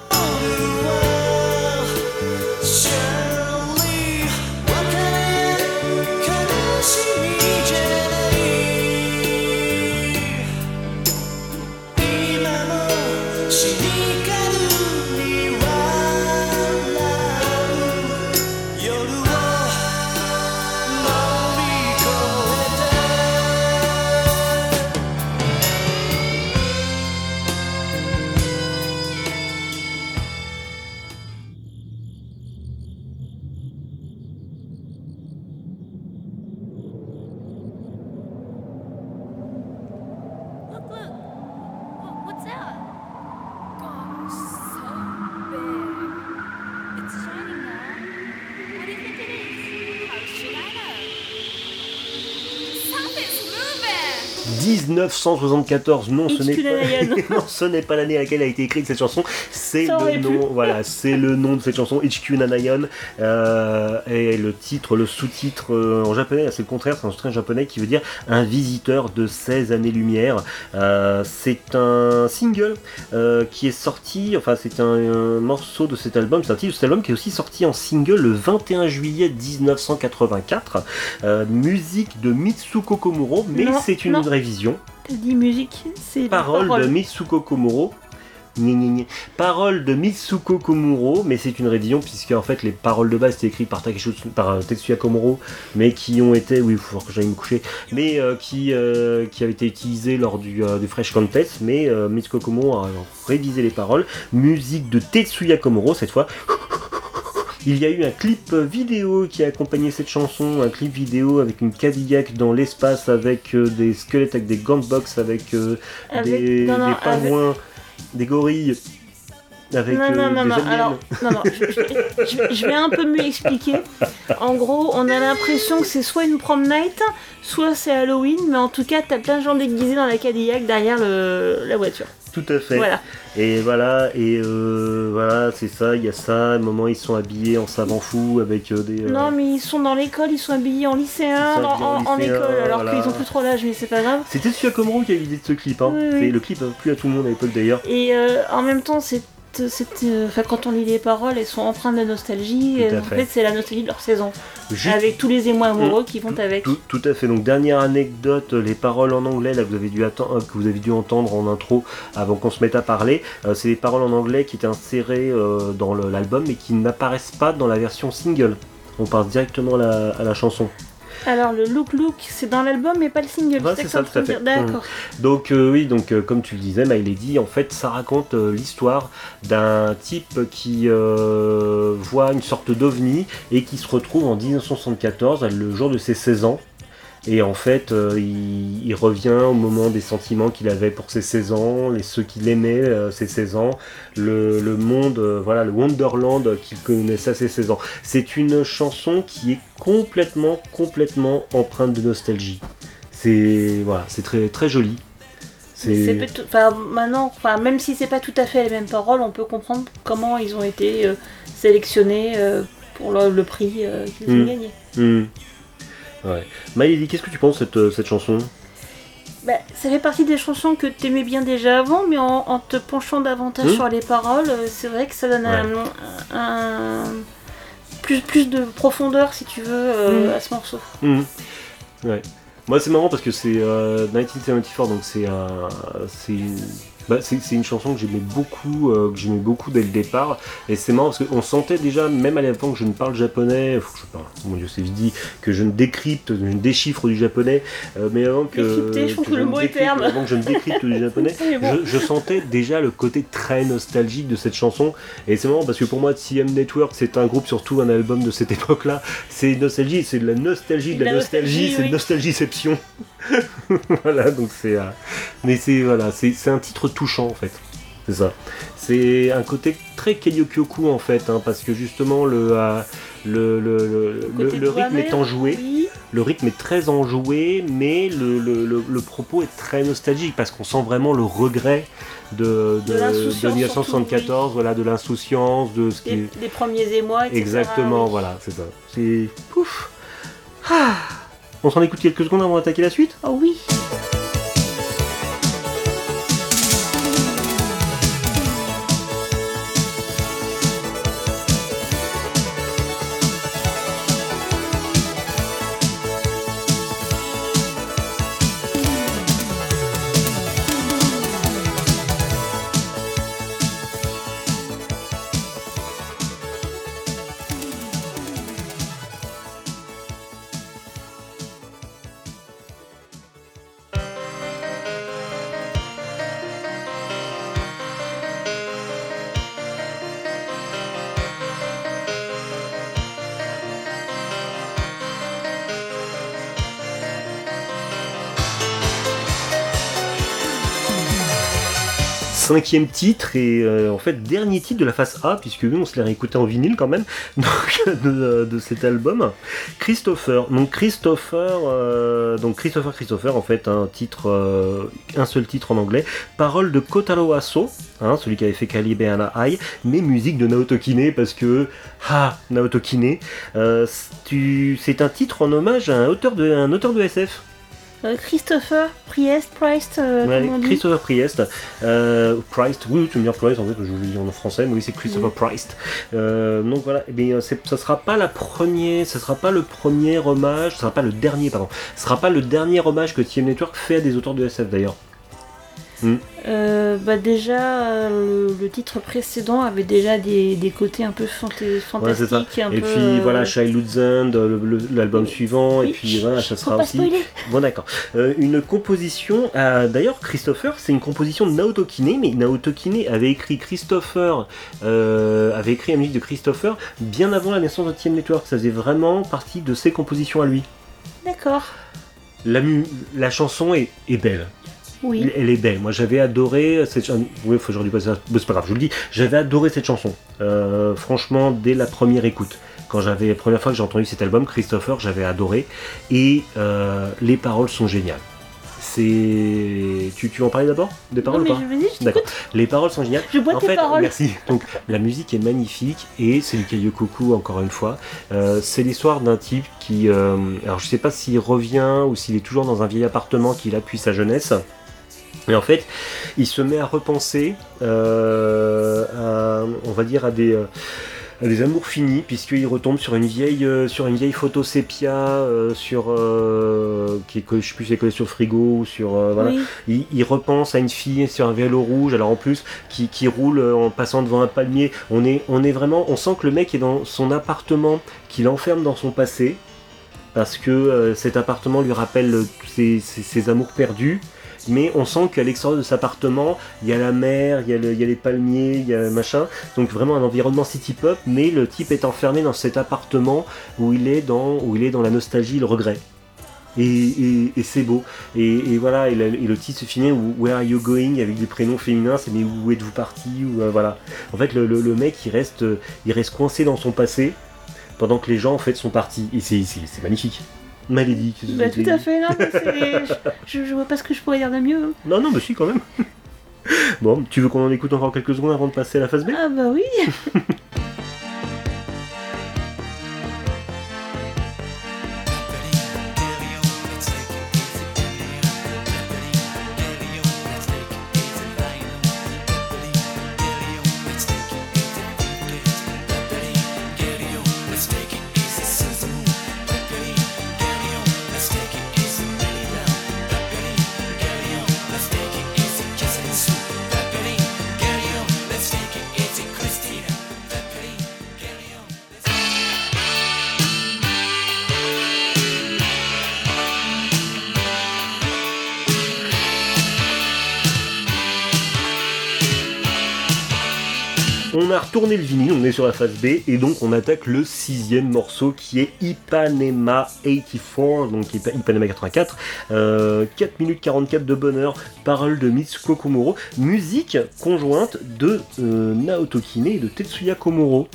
dix-neuf cent soixante-quatorze, non, ce n'est pas... non, ce n'est pas l'année à laquelle a été écrite cette chanson. C'est Ça le nom, pu. voilà, c'est le nom de cette chanson, H Q Nanayon, euh, et le titre, le sous-titre euh, en japonais, c'est le contraire, c'est un sous-titre japonais qui veut dire un visiteur de seize années-lumière. Euh, c'est un single euh, qui est sorti, enfin c'est un, un morceau de cet album, c'est un titre de cet album qui est aussi sorti en single le vingt et un juillet dix-neuf cent quatre-vingt-quatre. Euh, musique de Mitsuko Komuro, mais non, c'est une non. révision. T'as dit musique, c'est parole, parole de Mitsuko Komuro. Parole de Mitsuko Komuro, mais c'est une révision puisque en fait les paroles de base étaient écrites par, Takeshi, par Tetsuya Komuro, mais qui ont été, oui, il faut que j'aille me coucher, mais euh, qui, euh, qui avaient été utilisées lors du, euh, du Fresh Contest, mais euh, Mitsuko Komuro a révisé les paroles. Musique de Tetsuya Komuro cette fois. Il y a eu un clip vidéo qui a accompagné cette chanson, un clip vidéo avec une Cadillac dans l'espace avec euh, des squelettes, avec des gants de boxe, avec, euh, avec des, non, non, des pingouins, avec... des gorilles. avec non, euh, non, non, des non, aliens. alors, non, non, je, je- je- je vais un peu mieux expliquer. En gros, on a l'impression que c'est soit une prom night, soit c'est Halloween, mais en tout cas, t'as plein de gens déguisés dans la Cadillac derrière le, la voiture. Tout à fait. Voilà. Et voilà, et euh, voilà, c'est ça, il y a ça. À un moment, ils sont habillés en savant fou avec euh, des. euh, Non, mais ils sont dans l'école, ils sont habillés en lycéen, Ils sont en, habillés en en- en lycéen, école, alors voilà. qu'ils ont plus trop l'âge, mais c'est pas grave. C'était Sia Komuro qui avait l'idée de ce clip. Hein. Oui, oui. C'est le clip, hein, plus à tout le monde à l'époque d'ailleurs. Et euh, en même temps, c'est, c'est, euh, enfin, quand on lit les paroles, elles sont empreintes de nostalgie. Tout à et en fait. fait, c'est la nostalgie de leur saison, Juste- avec tous les émois amoureux qui vont avec. Tout, tout à fait. Donc dernière anecdote, les paroles en anglais là que vous avez dû attendre, que vous avez dû entendre en intro avant qu'on se mette à parler, euh, c'est les paroles en anglais qui étaient insérées euh, dans le- l'album mais qui n'apparaissent pas dans la version single. On passe directement à la, à la chanson. Alors, le Look Look, c'est dans l'album, mais pas le single. Ouais, c'est c'est ça ça, que t'es en train de tout à fait. dire. D'accord. Donc euh, oui, donc euh, comme tu le disais, My Lady, en fait, ça raconte euh, l'histoire d'un type qui euh, voit une sorte d'ovni et qui se retrouve en dix-neuf cent soixante-quatorze, le jour de ses seize ans. Et en fait, euh, il, il revient au moment des sentiments qu'il avait pour ses seize ans, les, ceux qu'il aimait, euh, ses seize ans, le, le monde, euh, voilà, le Wonderland qu'il connaissait à ses seize ans. C'est une chanson qui est complètement, complètement empreinte de nostalgie. C'est voilà, c'est très, très joli. C'est... c'est peut- enfin, maintenant, enfin, même si c'est pas tout à fait les mêmes paroles, on peut comprendre comment ils ont été euh, sélectionnés euh, pour le, le prix euh, qu'ils Mm. ont gagné. Hmm. Ouais. My Lady, qu'est-ce que tu penses de cette, cette chanson? Bah, ça fait partie des chansons que t'aimais bien déjà avant, mais en, en te penchant davantage Mm. sur les paroles, euh, c'est vrai que ça donne un, Ouais. un- plus, plus de profondeur, si tu veux, euh, Mm. à ce morceau. Hmm. Ouais. Moi, c'est marrant parce que c'est euh, dix-neuf cent soixante-quatorze, donc c'est un, c'est bah, c'est, c'est une chanson que j'aimais beaucoup, euh, que j'aimais beaucoup dès le départ. Et c'est marrant parce qu'on sentait déjà, même à l'époque que je ne parle japonais, faut que je parle, mon Dieu, c'est dit que je ne décrypte, je ne déchiffre du japonais, euh, mais avant que, Décrypter, je trouve que le ne mot est décrypte- terme. avant que je ne décrypte du japonais, Mais bon. je, je sentais déjà le côté très nostalgique de cette chanson. Et c'est marrant parce que pour moi, T M Network, c'est un groupe, surtout un album de cette époque-là. C'est nostalgie, c'est de la nostalgie, de la, La nostalgie, nostalgie, c'est oui. de nostalgiception. Voilà, donc c'est. euh, Mais c'est voilà, c'est, c'est un titre touchant en fait. C'est ça. C'est un côté très Keiyokyoku en fait, hein, parce que justement le, euh, le, le, le, le, Côté le rythme doigt-mère, est enjoué. Oui. Le rythme est très enjoué, mais le, le, le, le propos est très nostalgique parce qu'on sent vraiment le regret de, De de, l'insouciance de dix-neuf cent soixante-quatorze, surtout, voilà, de l'insouciance, de ce qui Des, est... des premiers émois, et cetera. Exactement, oui. voilà, c'est ça. C'est... Pouf. Ah. On s'en écoute quelques secondes avant d'attaquer la suite. Oh oui. Cinquième titre et euh, en fait dernier titre de la face A, puisque nous on se l'est réécouté en vinyle quand même, donc, de, de cet album. Christopher, donc Christopher, euh, donc Christopher Christopher en fait un titre, euh, un seul titre en anglais, paroles de Kotaro Aso, hein, celui qui avait fait Calibre Ai, mais musique de Naoto Kine parce que ah Naoto Kine, euh, tu, c'est un titre en hommage à un auteur de, un auteur de S F. Euh, Christopher Priest, Priest, euh, Ouais, comment on dit Christopher Priest, euh, Priest, oui, tu me dire Priest en fait, je vous le dis en français, mais oui, c'est Christopher Oui. Priest. Euh, donc voilà, eh bien, c'est, ça sera pas la première, ça sera pas le premier hommage, ça sera pas le dernier, pardon, ça sera pas le dernier hommage que T M Network fait à des auteurs de S F d'ailleurs. Euh, bah déjà, euh, le, le titre précédent avait déjà des, des côtés un peu fantais- Ouais, c'est ça. fantastiques. un Et peu, puis euh, voilà, Childhood Zend, le- le- l'album oui. suivant, oui, et puis voilà, ça faut sera pas aussi. spoiler. Bon d'accord. Euh, une composition, euh, d'ailleurs Christopher, c'est une composition de Naoto Kine, mais Naoto Kine avait écrit Christopher, euh, avait écrit la musique de Christopher bien avant la naissance de T M Network, ça faisait vraiment partie de ses compositions à lui. D'accord. La, mu- la chanson est, est belle. Oui. Elle est belle. Moi, j'avais adoré cette chanson. Oui, faut que je redis pas ça. C'est pas grave, je vous le dis. J'avais adoré cette chanson. Euh, franchement, dès la première écoute. Quand j'avais la première fois que j'ai entendu cet album, Christopher, j'avais adoré. Et euh, les paroles sont géniales. C'est. Tu, tu veux en parler d'abord des paroles non, mais ou pas je, vas-y, je D'accord. Les paroles sont géniales. Je bois en tes fait, paroles. Merci. Donc, la musique est magnifique et c'est du Keijo Koku encore une fois. Euh, c'est l'histoire d'un type qui, euh, alors je sais pas s'il revient ou s'il est toujours dans un vieil appartement qu'il a depuis sa jeunesse. Et en fait, il se met à repenser, euh, à, on va dire à des, euh, à des amours finis, puisqu'il retombe sur une vieille, euh, sur une vieille photo sépia, euh, sur, euh, qui est, je sais plus si c'est collé sur le frigo ou sur, euh, voilà. Oui. Il, il repense à une fille sur un vélo rouge, alors en plus qui, qui roule en passant devant un palmier. On est, on est vraiment, on sent que le mec est dans son appartement, qu'il enferme dans son passé, parce que euh, cet appartement lui rappelle euh, ses, ses, ses amours perdus. Mais on sent qu'à l'extérieur de cet appartement, il y a la mer, il y a, le, il y a les palmiers, il y a machin. Donc vraiment un environnement city pop, mais le type est enfermé dans cet appartement où il est dans, où il est dans la nostalgie, le regret. Et, et, et c'est beau. Et, et voilà, et, la, et le titre se finit où Where are you going avec des prénoms féminins, c'est mais où êtes-vous parti ou euh, voilà. En fait, le, le, le mec il reste, il reste coincé dans son passé pendant que les gens en fait sont partis. Et c'est, c'est, c'est magnifique. Malédique. Bah, tout à fait, non, mais c'est... je, je vois pas ce que je pourrais dire de mieux. Non, non, mais si, quand même. Bon, tu veux qu'on en écoute encore quelques secondes avant de passer à la phase B ? Ah bah oui. On a retourné le vinyle, on est sur la phase B, et donc on attaque le sixième morceau qui est Ipanema quatre-vingt-quatre, donc Ipanema quatre-vingt-quatre, euh, quatre minutes quarante-quatre de bonheur, paroles de Mitsuko Komuro, musique conjointe de euh, Naoto Kine et de Tetsuya Komuro.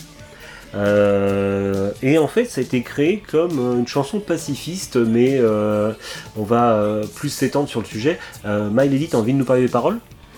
Euh, et en fait ça a été créé comme une chanson pacifiste, mais euh, on va euh, plus s'étendre sur le sujet. euh, Maëlady, t'as envie de nous parler des paroles ?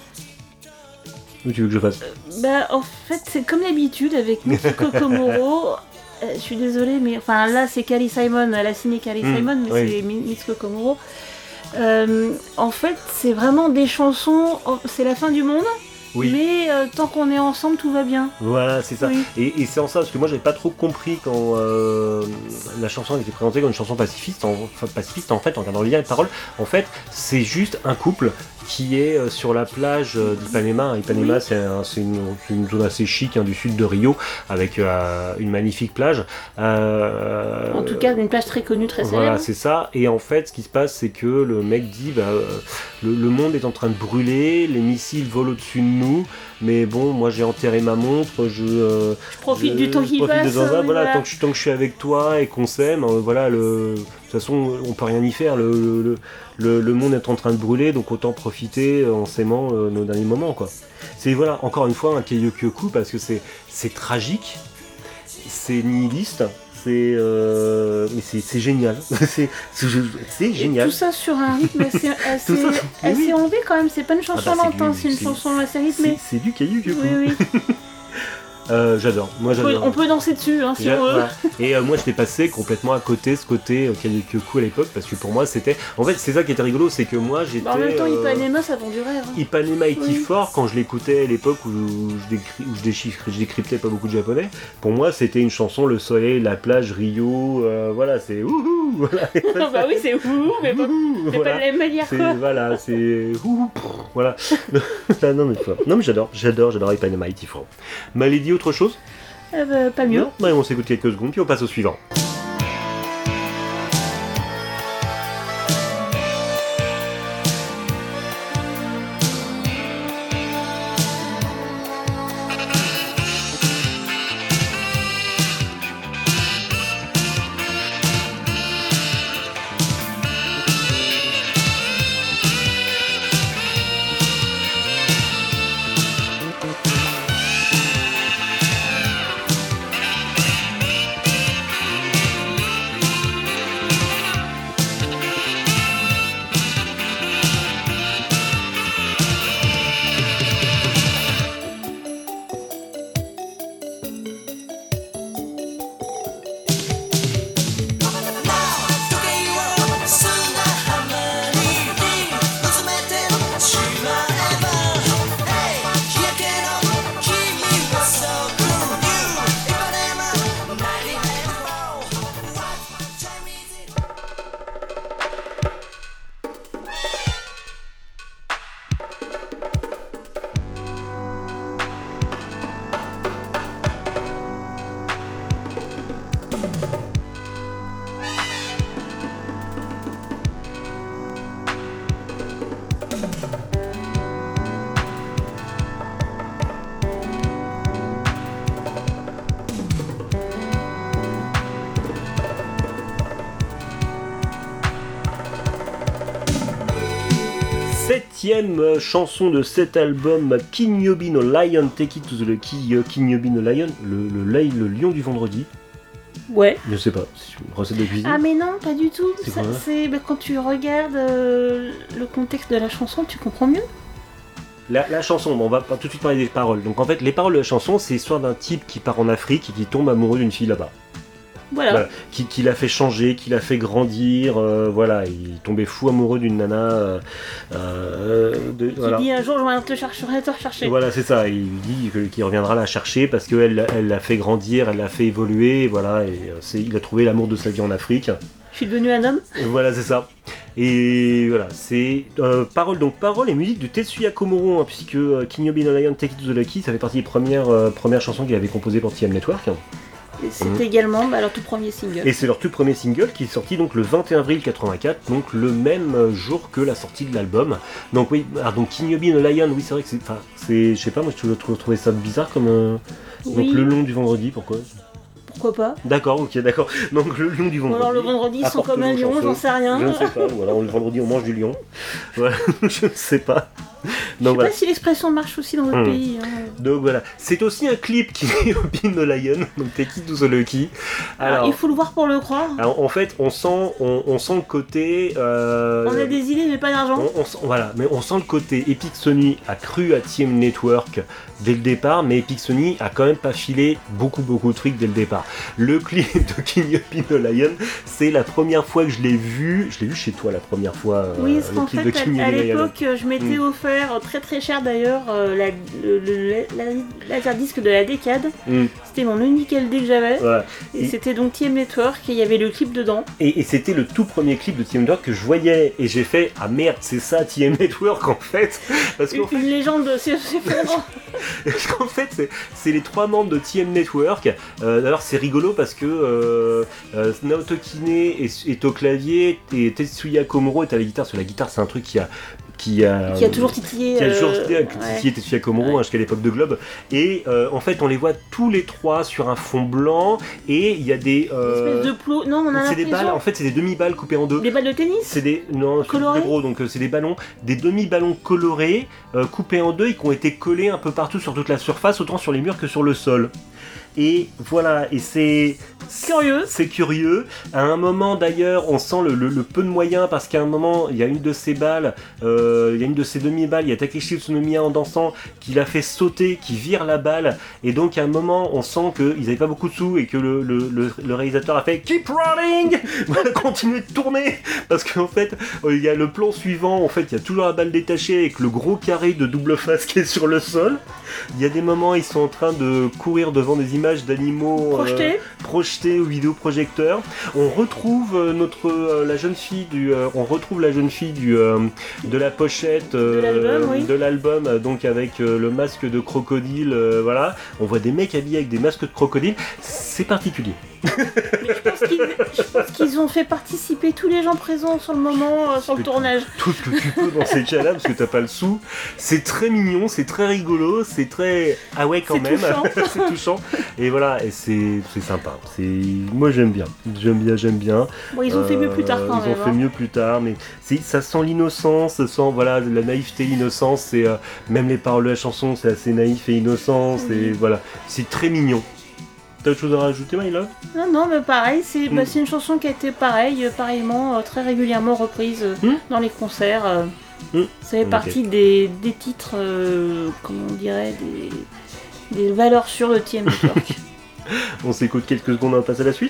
Où tu veux que je fasse ? Bah en fait c'est comme d'habitude avec Mitsuko Komuro. euh, je suis désolée mais enfin là c'est Carly Simon, elle a signé Carly mmh, Simon mais oui. c'est Mitsuko Komuro. Euh, en fait c'est vraiment des chansons, c'est la fin du monde. Oui. Mais euh, tant qu'on est ensemble, tout va bien. Voilà, c'est ça. Oui. Et, et c'est en ça, parce que moi j'avais pas trop compris quand euh, la chanson était présentée comme une chanson pacifiste. En, enfin, pacifiste, en fait, en regardant bien les paroles, en fait, c'est juste un couple qui est euh, sur la plage euh, d'Ipanema. Ipanema, oui. c'est, un, c'est, une, c'est une zone assez chic hein, du sud de Rio, avec euh, une magnifique plage. Euh, en tout cas, une plage très connue, très célèbre. Voilà, c'est ça. Et en fait, ce qui se passe, c'est que le mec dit bah, euh, le, le monde est en train de brûler, les missiles volent au-dessus de nous. Mais bon, moi j'ai enterré ma montre, je, euh, je profite je, du temps qui passe. De voilà, voilà. Tant, que je, tant que je suis avec toi et qu'on s'aime, euh, voilà, le, de toute façon on peut rien y faire, le, le, le, le monde est en train de brûler, donc autant profiter en s'aimant euh, nos derniers moments, quoi. C'est voilà, encore une fois un Keijo Koku parce que c'est, c'est tragique, c'est nihiliste. C'est, euh, mais c'est, c'est génial, c'est, c'est, c'est génial. Et tout ça sur un rythme assez, assez, ça, assez oui. enlevé quand même, c'est pas une chanson ah bah lente, c'est, c'est une c'est, chanson assez rythmée. C'est, c'est du Keijo Koku. Oui, oui. Euh, j'adore, moi on j'adore. Peut, on peut danser dessus hein, si on veut. Voilà. Et euh, moi j'étais passé complètement à côté ce côté euh, Keijo Koku à l'époque parce que pour moi c'était. En fait c'est ça qui était rigolo, c'est que moi j'étais. Bah, en même temps euh... Ipanema ça vend du rêve. Hein. Ipanema quatre-vingt-quatre, oui. Quand je l'écoutais à l'époque où, je, décry... où je, déchiffre... je décryptais pas beaucoup de japonais, pour moi c'était une chanson le soleil, la plage, Rio, euh, voilà c'est ouhou voilà. Bah oui c'est ouhou mais, pas... mais voilà. Pas de la même manière c'est, quoi. Voilà c'est ouhou voilà. non, mais, non mais j'adore, j'adore, j'adore Ipanema quatre-vingt-quatre. Malédie autre chose? Euh, bah, pas mieux. Non, on s'écoute quelques secondes, puis on passe au suivant. huitième chanson de cet album, Kinyobi no Lion, Take It to the Lucky, Kinyobi no Lion, le, le, le, le lion du vendredi. Ouais. Je sais pas, c'est une recette de cuisine. Ah mais non, pas du tout. C'est Ça, quoi, c'est bah, quand tu regardes euh, le contexte de la chanson, tu comprends mieux. La, la chanson, bon, on va pas tout de suite parler des paroles. Donc en fait, les paroles de la chanson, c'est l'histoire d'un type qui part en Afrique et qui tombe amoureux d'une fille là-bas. Voilà. Voilà. Qui, qui l'a fait changer, qui l'a fait grandir, euh, voilà, il tombait fou amoureux d'une nana. Euh, euh, de, Qui voilà. dit un jour je vais te chercher, je vais te rechercher. Voilà, c'est ça. Il dit que, qu'il reviendra la chercher parce qu'elle elle l'a fait grandir, elle l'a fait évoluer, voilà, et c'est, il a trouvé l'amour de sa vie en Afrique. Je suis devenu un homme. Et voilà, c'est ça. Et voilà, c'est euh, parole donc parole et musique de Tetsuya Komuro, hein, puisque euh, Kinyobi no Lion, Take It to the Lucky, ça fait partie des premières euh, premières chansons qu'il avait composées pour T M Network. Et c'est Mmh. également bah, leur tout premier single. Et c'est leur tout premier single qui est sorti donc le vingt et un avril quatre-vingt-quatre, donc le même jour que la sortie de l'album. Donc oui, alors donc Kinyobi no Lion, oui c'est vrai que c'est, enfin c'est, je sais pas, moi je trouve trouvé ça bizarre comme euh, Oui. donc le long du vendredi, pourquoi? Pourquoi pas. D'accord, ok, d'accord. Donc le long du Ou vendredi. alors le vendredi ils sont apporte comme un nos lion, chansons. j'en sais rien. Je ne sais pas. Voilà, le vendredi on mange du lion. Voilà, je ne sais pas. Je Donc sais voilà. pas si l'expression marche aussi dans d'autres Mmh. pays. Hein. Donc voilà, c'est aussi un clip qui est au Pin no Lion, donc Take It to the Lucky. Alors, Alors, il faut le voir pour le croire. alors, en fait, on sent, on, on sent le côté. Euh, On a des idées mais pas d'argent. on, on sent- voilà, mais on sent le côté Epic Sony a cru à T M Network dès le départ, mais Epic Sony a quand même pas filé beaucoup beaucoup de trucs dès le départ. Le clip de Kinyobi no Lion, c'est la première fois que je l'ai vu. Je l'ai vu chez toi la première fois. euh, Oui, parce le qu'en clip fait, de à, Kinyobi à no Lion. l'époque, je m'étais Mm. offert très très cher d'ailleurs euh, la, le, le, la, laserdisc de la décade. Mm. C'était mon unique L D que j'avais. Voilà. Et Et- c'était donc T M Network et il y avait le clip dedans. Et, et c'était le tout premier clip de T M Network que je voyais et j'ai fait ah merde c'est ça T M Network en fait parce Une, qu'en fait, une légende c'est s'effondrant. parce qu'en fait c'est, c'est les trois membres de T M Network. Euh, d'ailleurs c'est rigolo parce que euh, euh, Naoto Kine est, est au clavier et Tetsuya Komuro est à la guitare. Sur la guitare c'est un truc qui a qui a, Qui a toujours titillé. qui a toujours euh, titillé ouais. Tetsuya Komuro Ouais. hein, jusqu'à l'époque de Globe et euh, en fait on les voit tous les trois sur un fond blanc et il y a des Une euh, espèce de plot. Non, on a c'est des balles l'impression. en fait c'est des demi-balles coupées en deux. Des balles de tennis. C'est des non, c'est Colorés plus gros donc euh, c'est des ballons, des demi-ballons colorés euh, coupés en deux et qui ont été collés un peu partout sur toute la surface, autant sur les murs que sur le sol. Et voilà, et c'est Curieux. C'est curieux. À un moment d'ailleurs, on sent le, le- le peu de moyens parce qu'à un moment, il y a une de ces balles, euh, il y a une de ces demi-balles, il y a Takeshi Utsunomiya en dansant qui l'a fait sauter, qui vire la balle. Et donc à un moment, on sent qu'ils n'avaient pas beaucoup de sous et que le, le- le- le réalisateur a fait Keep running, voilà, continuez de tourner parce qu'en fait, euh, il y a le plan suivant. En fait, il y a toujours la balle détachée avec le gros carré de double face qui est sur le sol. Il y a des moments, ils sont en train de courir devant des images d'animaux euh, Projeté. projeté au vidéoprojecteur. On retrouve euh, notre euh, la jeune fille du euh, on retrouve la jeune fille du euh, de la pochette euh, De l'album, oui. de l'album, euh, donc avec euh, le masque de crocodile, euh, voilà. On voit des mecs habillés avec des masques de crocodile. C'est particulier. Mais je pense qu'ils je pense qu'ils ont fait participer tous les gens présents sur le moment, euh, sur le Mais tournage. Tout ce que tu peux dans ces cas-là parce que t'as pas le sou. C'est très mignon, c'est très rigolo, c'est très ah ouais quand C'est même. touchant. C'est touchant. Et voilà, et c'est c'est sympa. C'est moi j'aime bien, j'aime bien, j'aime bien. Bon, ils ont fait mieux plus tard quand Euh, même. Ils ont fait hein. mieux plus tard, mais c'est, ça sent l'innocence, ça sent voilà, la naïveté, l'innocence. C'est, euh, même les paroles de la chanson, c'est assez naïf et innocent. C'est, Oui. voilà, c'est très mignon. T'as autre chose à rajouter, Maïla? Non, non, mais pareil, c'est bah, Mm. c'est une chanson qui a été pareil, euh, pareillement, euh, très régulièrement reprise euh, Mm. dans les concerts. euh. Mm. Ça fait Ok. partie des, des titres, euh, comment on dirait, des, des valeurs sûres de T M Network. On s'écoute quelques secondes, on passe à la suite.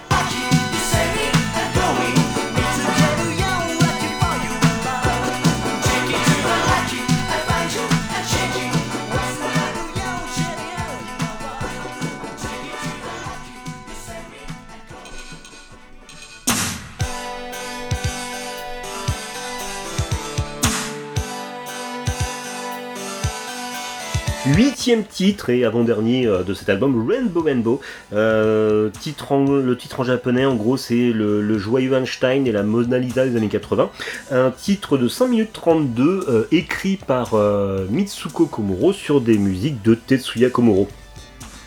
Huitième titre et avant-dernier euh, de cet album, Rainbow Rainbow. Euh, titre en- le titre en japonais, en gros, c'est le, le joyeux Einstein et la Mona Lisa des années quatre-vingts. Un titre de cinq minutes trente-deux, euh, écrit par euh, Mitsuko Komuro sur des musiques de Tetsuya Komuro.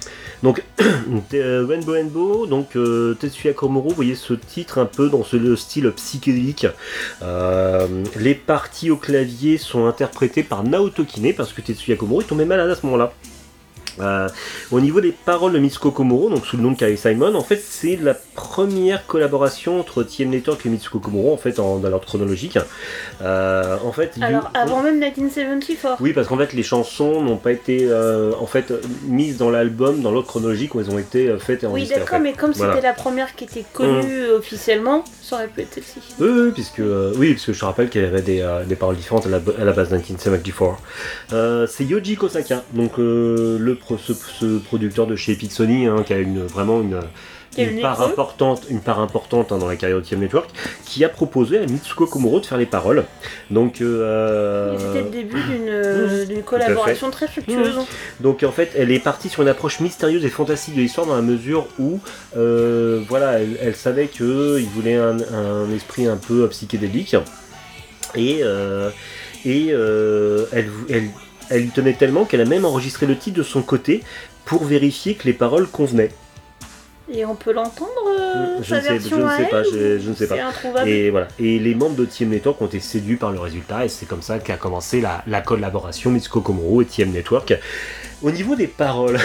Donc Rainbow Rainbow, donc euh, Tetsuya Komuro, vous voyez ce titre un peu dans ce le style psychédélique. Euh, les parties au clavier sont interprétées par Naoto Kine parce que Tetsuya Komuro est tombé malade à ce moment-là. Euh, au niveau des paroles de Mitsuko Komuro, donc sous le nom de Carly Simon, en fait c'est la première collaboration entre T M Network et Mitsuko Komuro en fait en, dans l'ordre chronologique. Euh, en fait, alors you, avant même dix-neuf soixante-quatre. Oui, parce qu'en fait les chansons n'ont pas été euh, en fait mises dans l'album dans l'ordre chronologique où elles ont été faites et enregistrées. Oui, d'accord, en fait. Mais comme voilà. C'était la première qui était connue mmh. officiellement, ça aurait pu être celle-ci. Oui, oui, puisque euh, oui, parce que je te rappelle qu'il y avait des, euh, des paroles différentes à la, à la base de dix-neuf soixante-quatre. Euh, c'est Yoji Kosaka, donc euh, le Ce, ce producteur de chez Epic Sony hein, qui a une, vraiment une, une, part importante, une part importante hein, dans la carrière de T M Network, qui a proposé à Mitsuko Komuro de faire les paroles. Donc, euh, c'était le début d'une, euh, d'une collaboration très fructueuse. Mmh. Donc en fait, elle est partie sur une approche mystérieuse et fantastique de l'histoire dans la mesure où, euh, voilà, elle, elle savait qu'il voulait un, un esprit un peu psychédélique et, euh, et euh, elle, elle Elle lui tenait tellement qu'elle a même enregistré le titre de son côté pour vérifier que les paroles convenaient. Et on peut l'entendre euh, je, ne sais, je ne sais elle, pas, je, je ne sais pas. Introuvable. Et voilà. Et les membres de T M Network ont été séduits par le résultat et c'est comme ça qu'a commencé la, la collaboration Mitsuko Komuro et T M Network. Au niveau des paroles,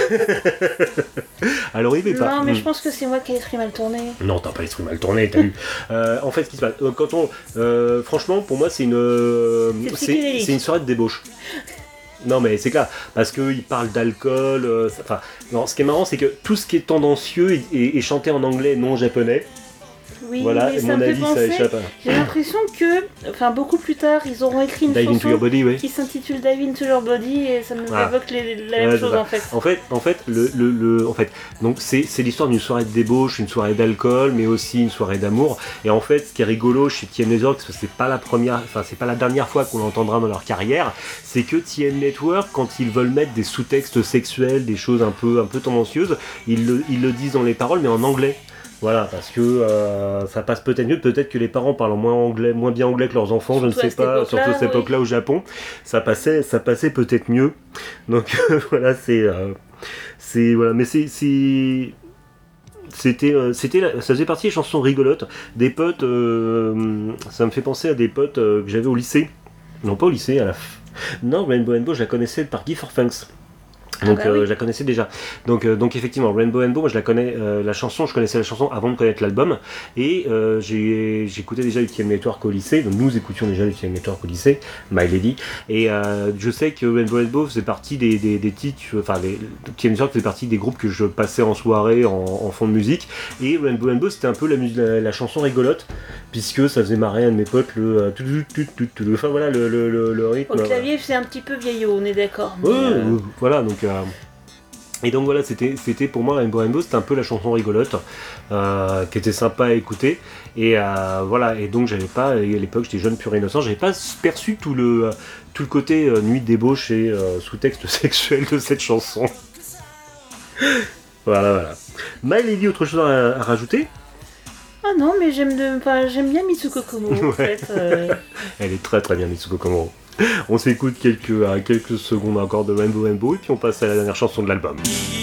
alors il n'est pas. Non, mais je pense que c'est moi qui ai l'esprit mal tourné. Non, t'as pas l'esprit mal tourné, t'as eu. Euh, en fait, ce qui se passe, quand on, euh, franchement, pour moi, c'est une, euh, c'est, c'est une soirée de débauche. Non mais c'est clair, parce qu'il parle d'alcool, euh, enfin, non, ce qui est marrant c'est que tout ce qui est tendancieux est, est, est chanté en anglais non japonais. Oui, voilà, mais et ça mon me fait avis penser, ça échappe. J'ai l'impression que, enfin beaucoup plus tard, ils auront écrit une Dive chanson into your body, oui. qui s'intitule Dive into your body et ça me ah. évoque les, la même ouais, chose en fait. En fait, en fait, le, le, le, en fait, donc c'est, c'est l'histoire d'une soirée de débauche, une soirée d'alcool, mais aussi une soirée d'amour. Et en fait, ce qui est rigolo chez T M Network, parce que c'est pas la première, enfin c'est pas la dernière fois qu'on l'entendra dans leur carrière, c'est que T M Network, quand ils veulent mettre des sous-textes sexuels, des choses un peu, un peu tendancieuses, ils le, ils le disent dans les paroles, mais en anglais. Voilà, parce que euh, ça passe peut-être mieux, peut-être que les parents parlent moins anglais, moins bien anglais que leurs enfants, surtout je ne sais pas, surtout à cette époque-là oui. Au Japon, ça passait, ça passait peut-être mieux. Donc voilà, c'est, euh, c'est voilà, mais c'est, c'est c'était, euh, c'était, ça faisait partie des chansons rigolotes, des potes, euh, ça me fait penser à des potes euh, que j'avais au lycée, non pas au lycée, à la, f... non Rainbow Rainbow, je la connaissais par Guy for Thanks. Donc ah bah oui. euh, je la connaissais déjà. Donc, euh, donc effectivement, Rainbow Rainbow, moi je la connais, euh, la chanson, je connaissais la chanson avant de connaître l'album. Et euh, j'ai, j'écoutais déjà du T M Network au lycée, donc nous écoutions déjà du T M Network au lycée, My Lady. Et euh, je sais que Rainbow Rainbow faisait partie des, des, des titres, enfin les, T M Network faisait partie des groupes que je passais en soirée en, en fond de musique. Et Rainbow Rainbow c'était un peu la, la, la chanson rigolote, puisque ça faisait marrer un de mes potes le... Euh, enfin voilà le, le, le, le rythme. Au clavier c'est un petit peu vieillot, on est d'accord. Ouais, euh... voilà donc... Euh, Et donc voilà, c'était, c'était pour moi Rainbow Rainbow, c'était un peu la chanson rigolote, euh, qui était sympa à écouter. Et euh, voilà, et donc j'avais pas, à l'époque j'étais jeune, pur et innocent, j'avais pas perçu tout le, tout le côté euh, nuit de débauche et euh, sous-texte sexuel de cette chanson. Voilà, voilà. My Lady, autre chose à, à rajouter ? Ah non, mais j'aime, de, enfin, j'aime bien Mitsuko Komuro ouais. en fait. Euh... Elle est très très bien Mitsuko Komuro. On s'écoute quelques, euh, quelques secondes encore de Rainbow Rainbow et puis on passe à la dernière chanson de l'album.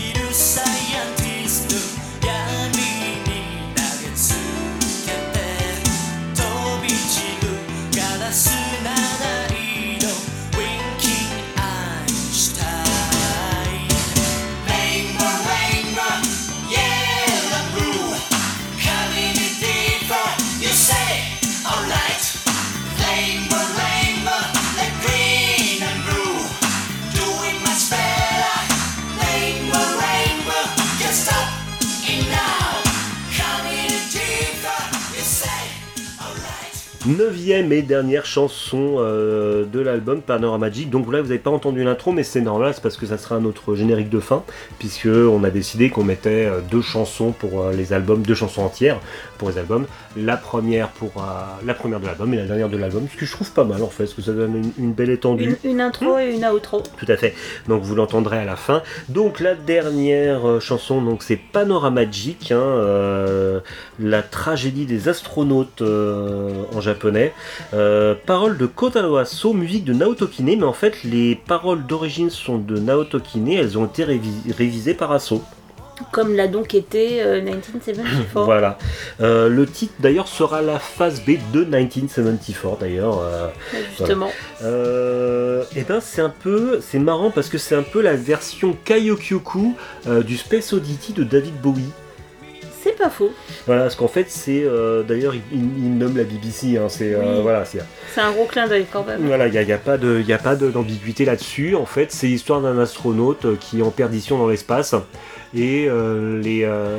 Neuvième et dernière chanson euh, de l'album Panorama Magic. Donc là vous n'avez pas entendu l'intro, mais c'est normal, c'est parce que ça sera notre générique de fin, puisque on a décidé qu'on mettait euh, deux chansons pour euh, les albums, deux chansons entières pour les albums. La première pour euh, la première de l'album et la dernière de l'album, ce que je trouve pas mal en fait, parce que ça donne une, une belle étendue. Une, une intro mmh. et une outro. Tout à fait. Donc vous l'entendrez à la fin. Donc la dernière euh, chanson, donc c'est Panorama Magic, hein, euh, la tragédie des astronautes euh, en japonais. Euh, paroles de Kotaro Aso, musique de Naoto Kine, mais en fait les paroles d'origine sont de Naoto Kine, elles ont été révis- révisées par Aso. Comme l'a donc été euh, dix-neuf cent soixante-quatorze. Voilà. Euh, le titre d'ailleurs sera la phase B de dix-neuf cent soixante-quatorze d'ailleurs. Euh, ouais, justement. Voilà. Euh, et ben c'est un peu, c'est marrant parce que c'est un peu la version Kaiyokyoku euh, du Space Oddity de David Bowie. C'est pas faux. Voilà, parce qu'en fait c'est, euh, d'ailleurs il, il nomme la B B C, hein, c'est, euh, oui. voilà, c'est. C'est un gros clin d'œil quand même. Voilà, il n'y a, y a pas de, y a pas de, d'ambiguïté là-dessus. En fait, c'est l'histoire d'un astronaute qui est en perdition dans l'espace. Et euh, les, euh,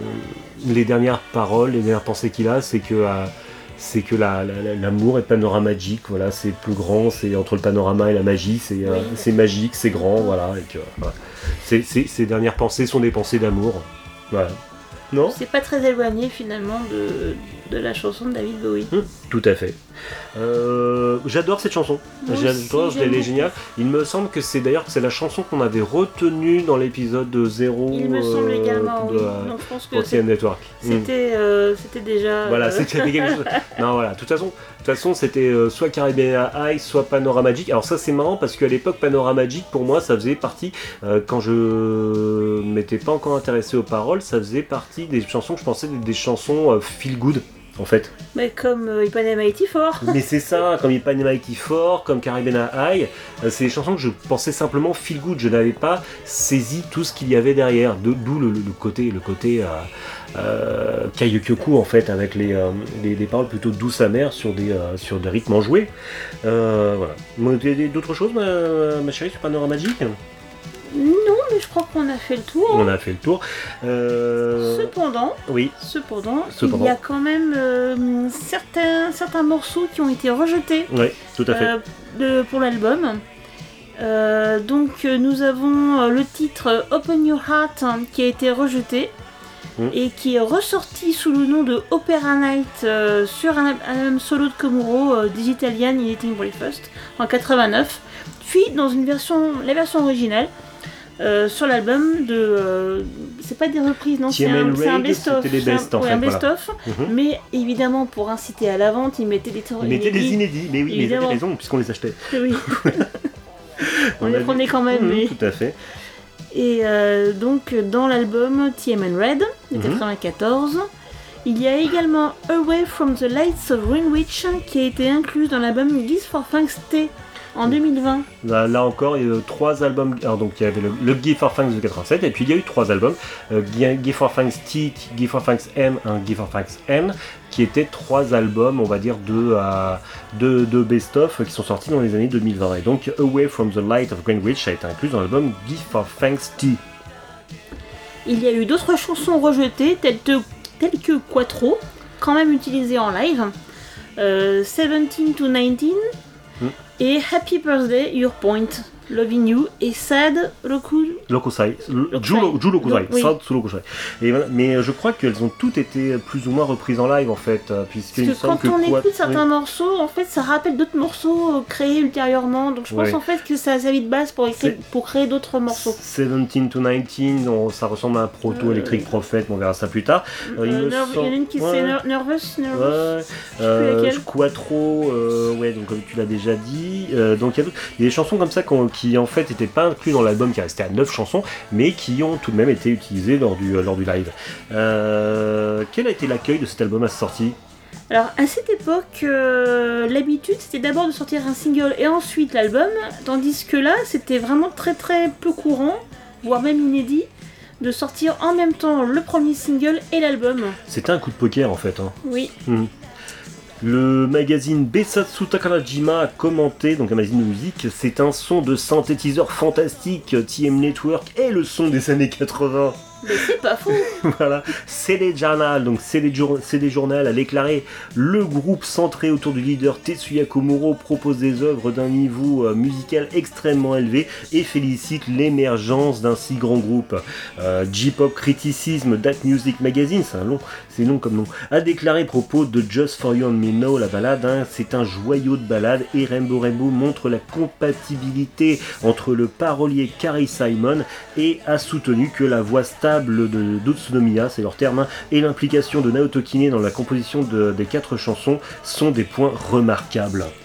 les dernières paroles, les dernières pensées qu'il a, c'est que, euh, c'est que la, la, l'amour est panoramagique. Voilà, c'est plus grand, c'est entre le panorama et la magie, c'est, euh, oui. c'est magique, c'est grand, voilà. Et que, voilà. C'est, c'est, ces dernières pensées sont des pensées d'amour. Voilà. Non ? C'est pas très éloigné finalement de, de la chanson de David Bowie. Mmh, tout à fait. Euh, j'adore cette chanson. Moi j'adore, aussi, elle est géniale. Il me semble que c'est d'ailleurs que c'est la chanson qu'on avait retenue dans l'épisode zéro. Il me semble euh, également, de, oui. euh, Donc je pense que T M Network. C'était, mmh. euh, c'était déjà. Voilà, euh... c'était quelque chose. Non, voilà. De toute façon, de toute façon, c'était euh, soit Caribbean High, soit Panoramagic. Alors ça, c'est marrant parce qu'à l'époque, Panoramagic, pour moi, ça faisait partie. Euh, quand je m'étais pas encore intéressé aux paroles, ça faisait partie des chansons que je pensais des, des chansons euh, feel good. En fait. Mais comme euh, Ipanema eighty-four. Mais c'est ça, comme Ipanema eighty-four, comme Caribbean High, euh, c'est des chansons que je pensais simplement feel good. Je n'avais pas saisi tout ce qu'il y avait derrière. De, d'où le, le côté, le côté euh, euh, Kaiyokyoku en fait, avec les, euh, les, les paroles plutôt douces amères sur des, euh, sur des rythmes enjoués. Euh, voilà. D'autres choses, ma, ma chérie, sur Panoramagic ? Non, mais je crois qu'on a fait le tour. On a fait le tour. Euh... Cependant, oui. cependant, cependant, il y a quand même euh, certains, certains morceaux qui ont été rejetés. Oui, tout à fait. Euh, de, pour l'album. Euh, donc nous avons le titre Open Your Heart hein, qui a été rejeté mm. et qui est ressorti sous le nom de Opera Night euh, sur un album solo de Komuro, euh, Digitalian Eating Breakfast en quatre-vingt-neuf, puis dans une version, la version originale. Euh, sur l'album de euh, c'est pas des reprises non, c'est un, c'est un best-of, c'était des best un, en ouais, fait, un best-of voilà. Mais évidemment pour inciter à la vente ils mettaient des ils mettaient des inédits, mais oui, mais ils avaient raison puisqu'on les achetait. Oui. on, on les prenait quand même. Mmh, mais... tout à fait. Et euh, donc dans l'album T M N Red de mmh. quatre-vingt-quatorze, il y a également Away from the Lights of Greenwich qui a été inclus dans l'album Geese for Thanks T en deux mille vingt. Là, là encore, il y a eu trois albums. Alors, donc, il y avait le, le Give for Thanks de quatre-vingt-sept, et puis il y a eu trois albums euh, Give for Thanks T, Give for Thanks M, un Give for Thanks N, qui étaient trois albums, on va dire, de, euh, de, de best-of qui sont sortis dans les années deux mille vingt. Et donc, Away from the Light of Greenwich a été inclus dans l'album Give for Thanks T. Il y a eu d'autres chansons rejetées, telles que, telles que Quattro, quand même utilisées en live, euh, seventeen to nineteen. Hmm. Et Happy Birthday, Your Point, Loving You et Sad Roku... Lokusai. Ju Lokusai. Oui. Sad Lokusai. Et voilà. Mais je crois qu'elles ont toutes été plus ou moins reprises en live en fait. Puisqu'il Parce que quand que on écoute certains oui. morceaux, en fait ça rappelle d'autres morceaux créés ultérieurement. Donc je pense oui. en fait que ça servi de base pour, écrire, pour créer d'autres morceaux. seventeen to nineteen, on, ça ressemble à un proto-électrique euh... Prophète, mais on verra ça plus tard. Euh, il, euh, nerv- sent... il y en a une qui ouais. c'est ner- Nervous, Nervous. Ouais. Je sais plus laquelle. Quattro, euh, ouais, donc comme tu l'as déjà dit. Euh, donc il y, y a des chansons comme ça qui en fait n'étaient pas inclus dans l'album, qui restait à neuf chansons, mais qui ont tout de même été utilisées lors du, lors du live. Euh, quel a été l'accueil de cet album à sa sortie ? Alors à cette époque, euh, l'habitude c'était d'abord de sortir un single et ensuite l'album, tandis que là c'était vraiment très très peu courant, voire même inédit, de sortir en même temps le premier single et l'album. C'était un coup de poker en fait. Hein. Oui. Mmh. Le magazine Besatsu Takanajima a commenté, donc un magazine de musique, c'est un son de synthétiseur fantastique, T M Network est le son des années quatre-vingts. Mais c'est pas faux. Voilà, C D Journal, donc C D, Jour- C D Journal a déclaré le groupe centré autour du leader Tetsuya Komuro propose des œuvres d'un niveau euh, musical extrêmement élevé et félicite l'émergence d'un si grand groupe. Euh, J-Pop Criticism, That Music Magazine, c'est un long, c'est long comme nom, a déclaré propos de Just For You and Me Now, la balade, hein, c'est un joyau de balade et Rainbow Rainbow montre la compatibilité entre le parolier Carrie Simon et a soutenu que la voix stable de d'Utsunomiya, c'est leur terme, hein, et l'implication de Naoto Kine dans la composition de, des quatre chansons sont des points remarquables.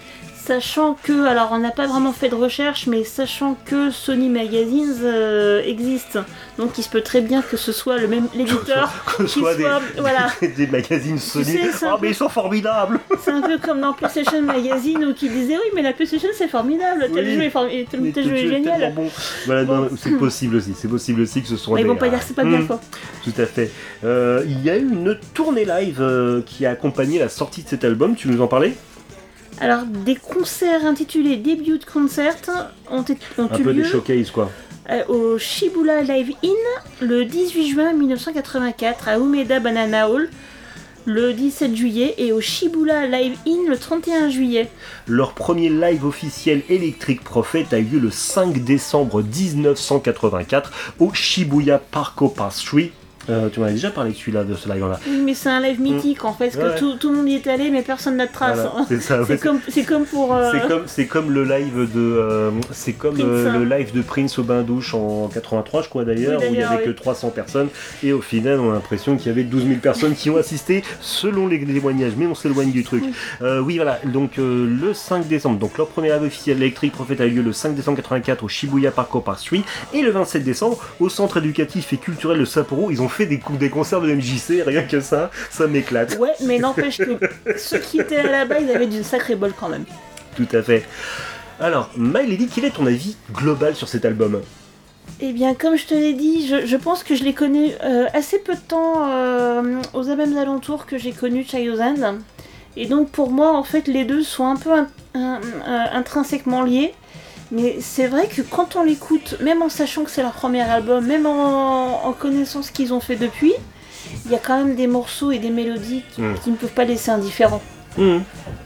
Sachant que, alors on n'a pas vraiment fait de recherche, mais sachant que Sony Magazines euh, existe, donc il se peut très bien que ce soit le même l'éditeur que qui soit soit, des, voilà. des magazines Sony. sais, c'est un Oh, peu- mais ils sont formidables. C'est un peu comme dans PlayStation Magazine où qui disait oui mais la PlayStation c'est formidable, tel Oui. jeu est, formi- tel, Mais tel tout jeu est est génial. tellement bon. Voilà, Bon. non, c'est possible aussi. C'est possible aussi que ce soit Mais des. ils vont pas euh, dire que c'est pas bien hmm, quoi. Tout à fait. Euh, il y a eu une tournée live euh, qui a accompagné la sortie de cet album. Tu veux nous en parler? Alors des concerts intitulés Debut Concert ont, été, ont Un eu peu lieu des showcases, quoi. euh, au Shibuya Live In le dix-huit juin mille neuf cent quatre-vingt-quatre à Umeda Banana Hall le dix-sept juillet et au Shibuya Live In le trente et un juillet. Leur premier live officiel Electric Prophet a eu lieu le cinq décembre dix-neuf cent quatre-vingt-quatre au Shibuya Parko Pass-Street. Euh, tu m'en as déjà parlé de celui-là, de ce live-là. Oui mais c'est un live mythique en fait, parce que Ouais. tout, tout le monde y est allé mais personne n'a de trace. Voilà, hein. c'est ça. ouais, C'est comme, c'est comme pour... euh, C'est comme, c'est comme le live de, euh, c'est comme Prince, euh, hein. le live de Prince au bain douche en quatre-vingt-trois, je crois d'ailleurs, Oui, où il y d'ailleurs, avait oui. que trois cents personnes, et au final on a l'impression qu'il y avait douze mille personnes qui ont assisté, selon les témoignages, mais on s'éloigne du truc. Oui. Euh, oui, voilà, donc euh, le cinq décembre, donc leur premier live officiel Electric Prophet a eu lieu le cinq décembre quatre-vingt-quatre au Shibuya Parko Pass-Street, et le vingt-sept décembre au centre éducatif et culturel de Sapporo. Ils ont fait des, coups, des concerts de M J C, rien que ça, ça m'éclate. Ouais, mais n'empêche que ceux qui étaient à là-bas, ils avaient d'une sacrée bol quand même. Tout à fait. Alors, My Lady, quel est ton avis global sur cet album? Eh bien, comme je te l'ai dit, je, je pense que je l'ai connu euh, assez peu de temps euh, aux mêmes alentours que j'ai connu Chayosan. Et donc, pour moi, en fait, les deux sont un peu in- in- in- intrinsèquement liés. Mais c'est vrai que quand on l'écoute, même en sachant que c'est leur premier album, même en, en connaissant ce qu'ils ont fait depuis, il y a quand même des morceaux et des mélodies qui, Mm. qui ne peuvent pas laisser indifférent. Mmh.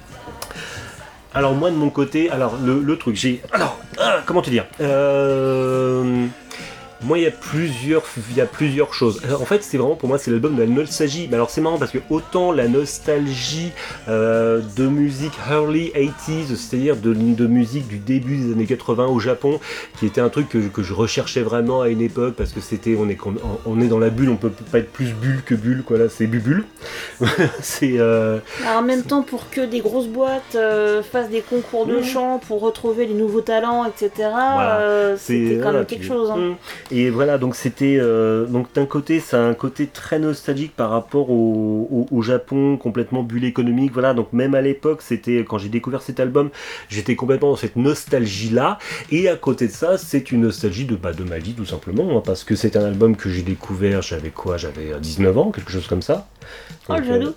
Alors moi de mon côté, alors le, le truc, j'ai... Alors, ah, comment te dire euh, Moi il y a plusieurs, il y a plusieurs choses. Alors, en fait c'est vraiment pour moi c'est l'album de la nostalgie. Mais alors c'est marrant parce que autant la nostalgie euh, de musique early eighties, c'est-à-dire de, de musique du début des années quatre-vingts au Japon, qui était un truc que, que je recherchais vraiment à une époque parce que c'était, on est, on, on est dans la bulle, on peut pas être plus bulle que bulle, quoi là c'est bubule. c'est... Euh, Alors, en même temps, pour que des grosses boîtes euh, fassent des concours de Mmh. chant pour retrouver les nouveaux talents, et cetera, Voilà. euh, C'est- c'était quand voilà, même quelque tu- chose. hein. Mm. Et voilà, donc c'était euh, donc d'un côté, ça a un côté très nostalgique par rapport au, au, au Japon, complètement bulle économique. Voilà, donc même à l'époque, c'était quand j'ai découvert cet album, j'étais complètement dans cette nostalgie-là. Et à côté de ça, c'est une nostalgie de bah, de ma vie tout simplement, hein, parce que c'est un album que j'ai découvert. J'avais quoi J'avais euh, dix-neuf ans, quelque chose comme ça. Oh, le Donc, jaloux.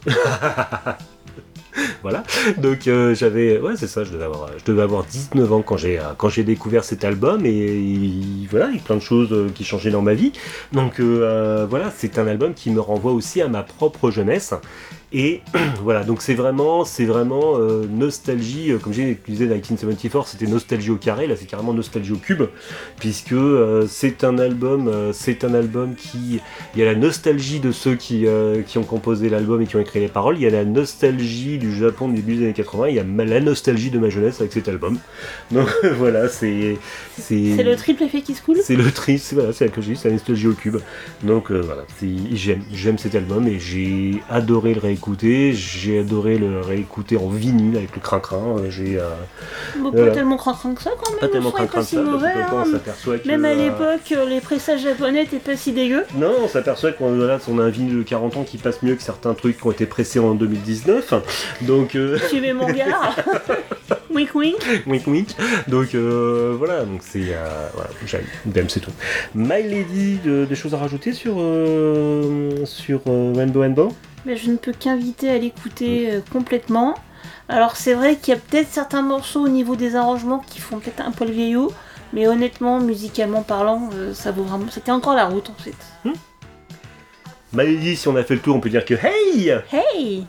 Voilà, donc euh, j'avais, ouais c'est ça, je devais avoir, je devais avoir dix-neuf ans quand j'ai, euh, quand j'ai découvert cet album et, il- voilà, il y a plein de choses euh, qui changeaient dans ma vie. Donc euh, euh, voilà, c'est un album qui me renvoie aussi à ma propre jeunesse. Et voilà, donc c'est vraiment, c'est vraiment euh, nostalgie, euh, comme j'ai utilisé dix-neuf cent soixante-quatorze, c'était nostalgie au carré, là c'est carrément nostalgie au cube, puisque euh, c'est un album, euh, c'est un album qui, il y a la nostalgie de ceux qui, euh, qui ont composé l'album et qui ont écrit les paroles, il y a la nostalgie du Japon du début des années quatre-vingts, il y a ma- la nostalgie de ma jeunesse avec cet album. Donc voilà, c'est, c'est, C'est le triple effet qui se coule. c'est le triste, c'est voilà, c'est la que j'ai dit, c'est la nostalgie au cube. Donc euh, voilà, c'est, j'aime, j'aime cet album et j'ai adoré le réécouter, j'ai adoré le réécouter en vinyle avec le crin-crin. euh, J'ai euh, Bon, voilà. Pas tellement craquant que ça quand même. pas tellement le son est crin-crin pas de si ça, parce mauvais. que quand hein. on s'aperçoit que Même à euh, l'époque, euh, les pressages japonais étaient pas si dégueux. non, on s'aperçoit qu'on voilà, on a un vinyle de quarante ans qui passe mieux que certains trucs qui ont été pressés en deux mille dix-neuf. Donc euh, Suivez mon gars. Wink wink. wink wink. Donc euh, voilà, donc c'est euh, voilà, j'aime, j'aime, c'est tout. My Lady, de- des choses à rajouter sur euh, sur euh, Rainbow Rainbow? Mais je ne peux qu'inviter à l'écouter euh, complètement. Alors c'est vrai qu'il y a peut-être certains morceaux au niveau des arrangements qui font peut-être un poil vieillot, mais honnêtement, musicalement parlant, euh, ça vaut vraiment. C'était encore la route en fait. My Lady, si on a fait le tour, on peut dire que hey! Hey!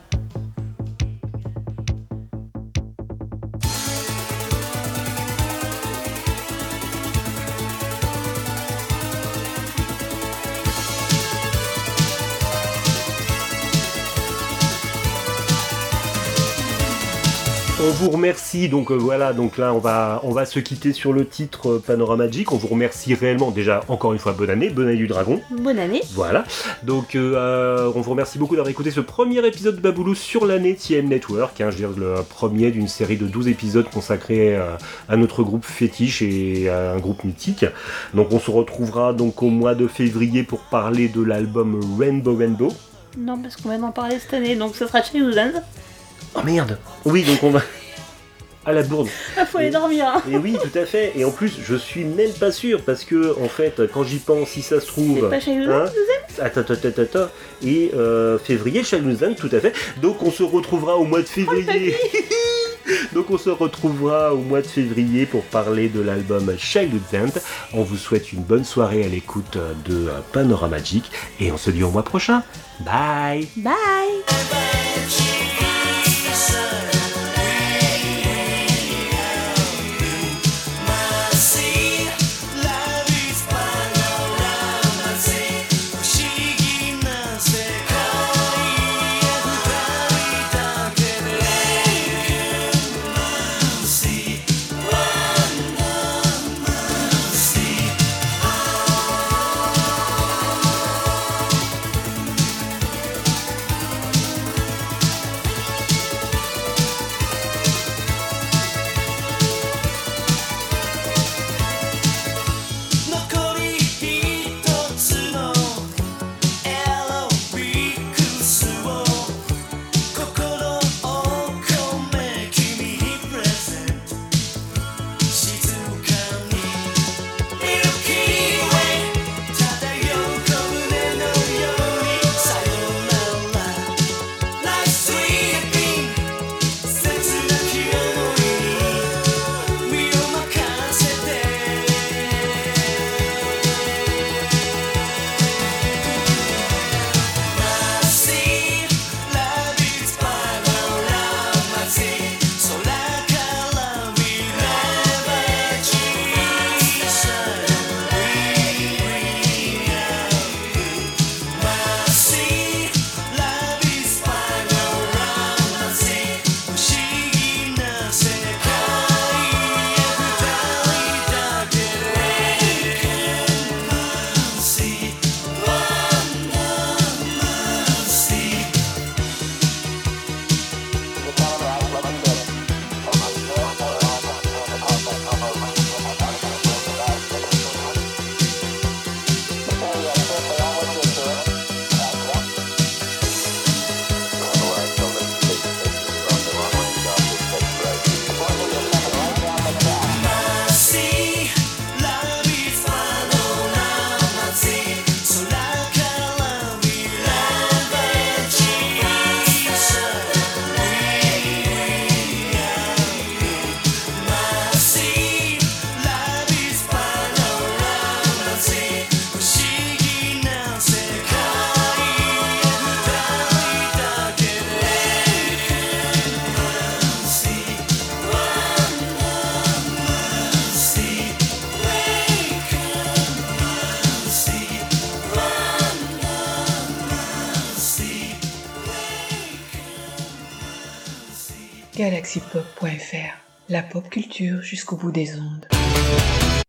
On vous remercie, donc euh, voilà, donc là on va, on va se quitter sur le titre euh, Panoramagique. On vous remercie réellement, déjà encore une fois, bonne année, bonne année du dragon. Bonne année. Voilà, donc euh, on vous remercie beaucoup d'avoir écouté ce premier épisode de Baboulou sur l'année T M Network, hein, je veux dire le premier d'une série de douze épisodes consacrés euh, à notre groupe fétiche et à un groupe mythique. Donc on se retrouvera donc au mois de février pour parler de l'album Rainbow Rainbow. Non, parce qu'on va en parler cette année, donc ce sera Children's. Oh merde. Oui, donc on va... à la bourde. Ah, faut aller et, dormir. Hein. Et oui, tout à fait. Et en plus, je suis même pas sûr, parce que, en fait, quand j'y pense, si ça se trouve... C'est pas Children's, hein, attends, attends, attends, attends. Et euh, février, Children's, tout à fait. Donc on se retrouvera au mois de février. Donc on se retrouvera au mois de février pour parler de l'album Childhood's. On vous souhaite une bonne soirée à l'écoute de Panoramagique et on se dit au mois prochain. Bye. Bye. galaxy pop point f r, la pop culture jusqu'au bout des ondes.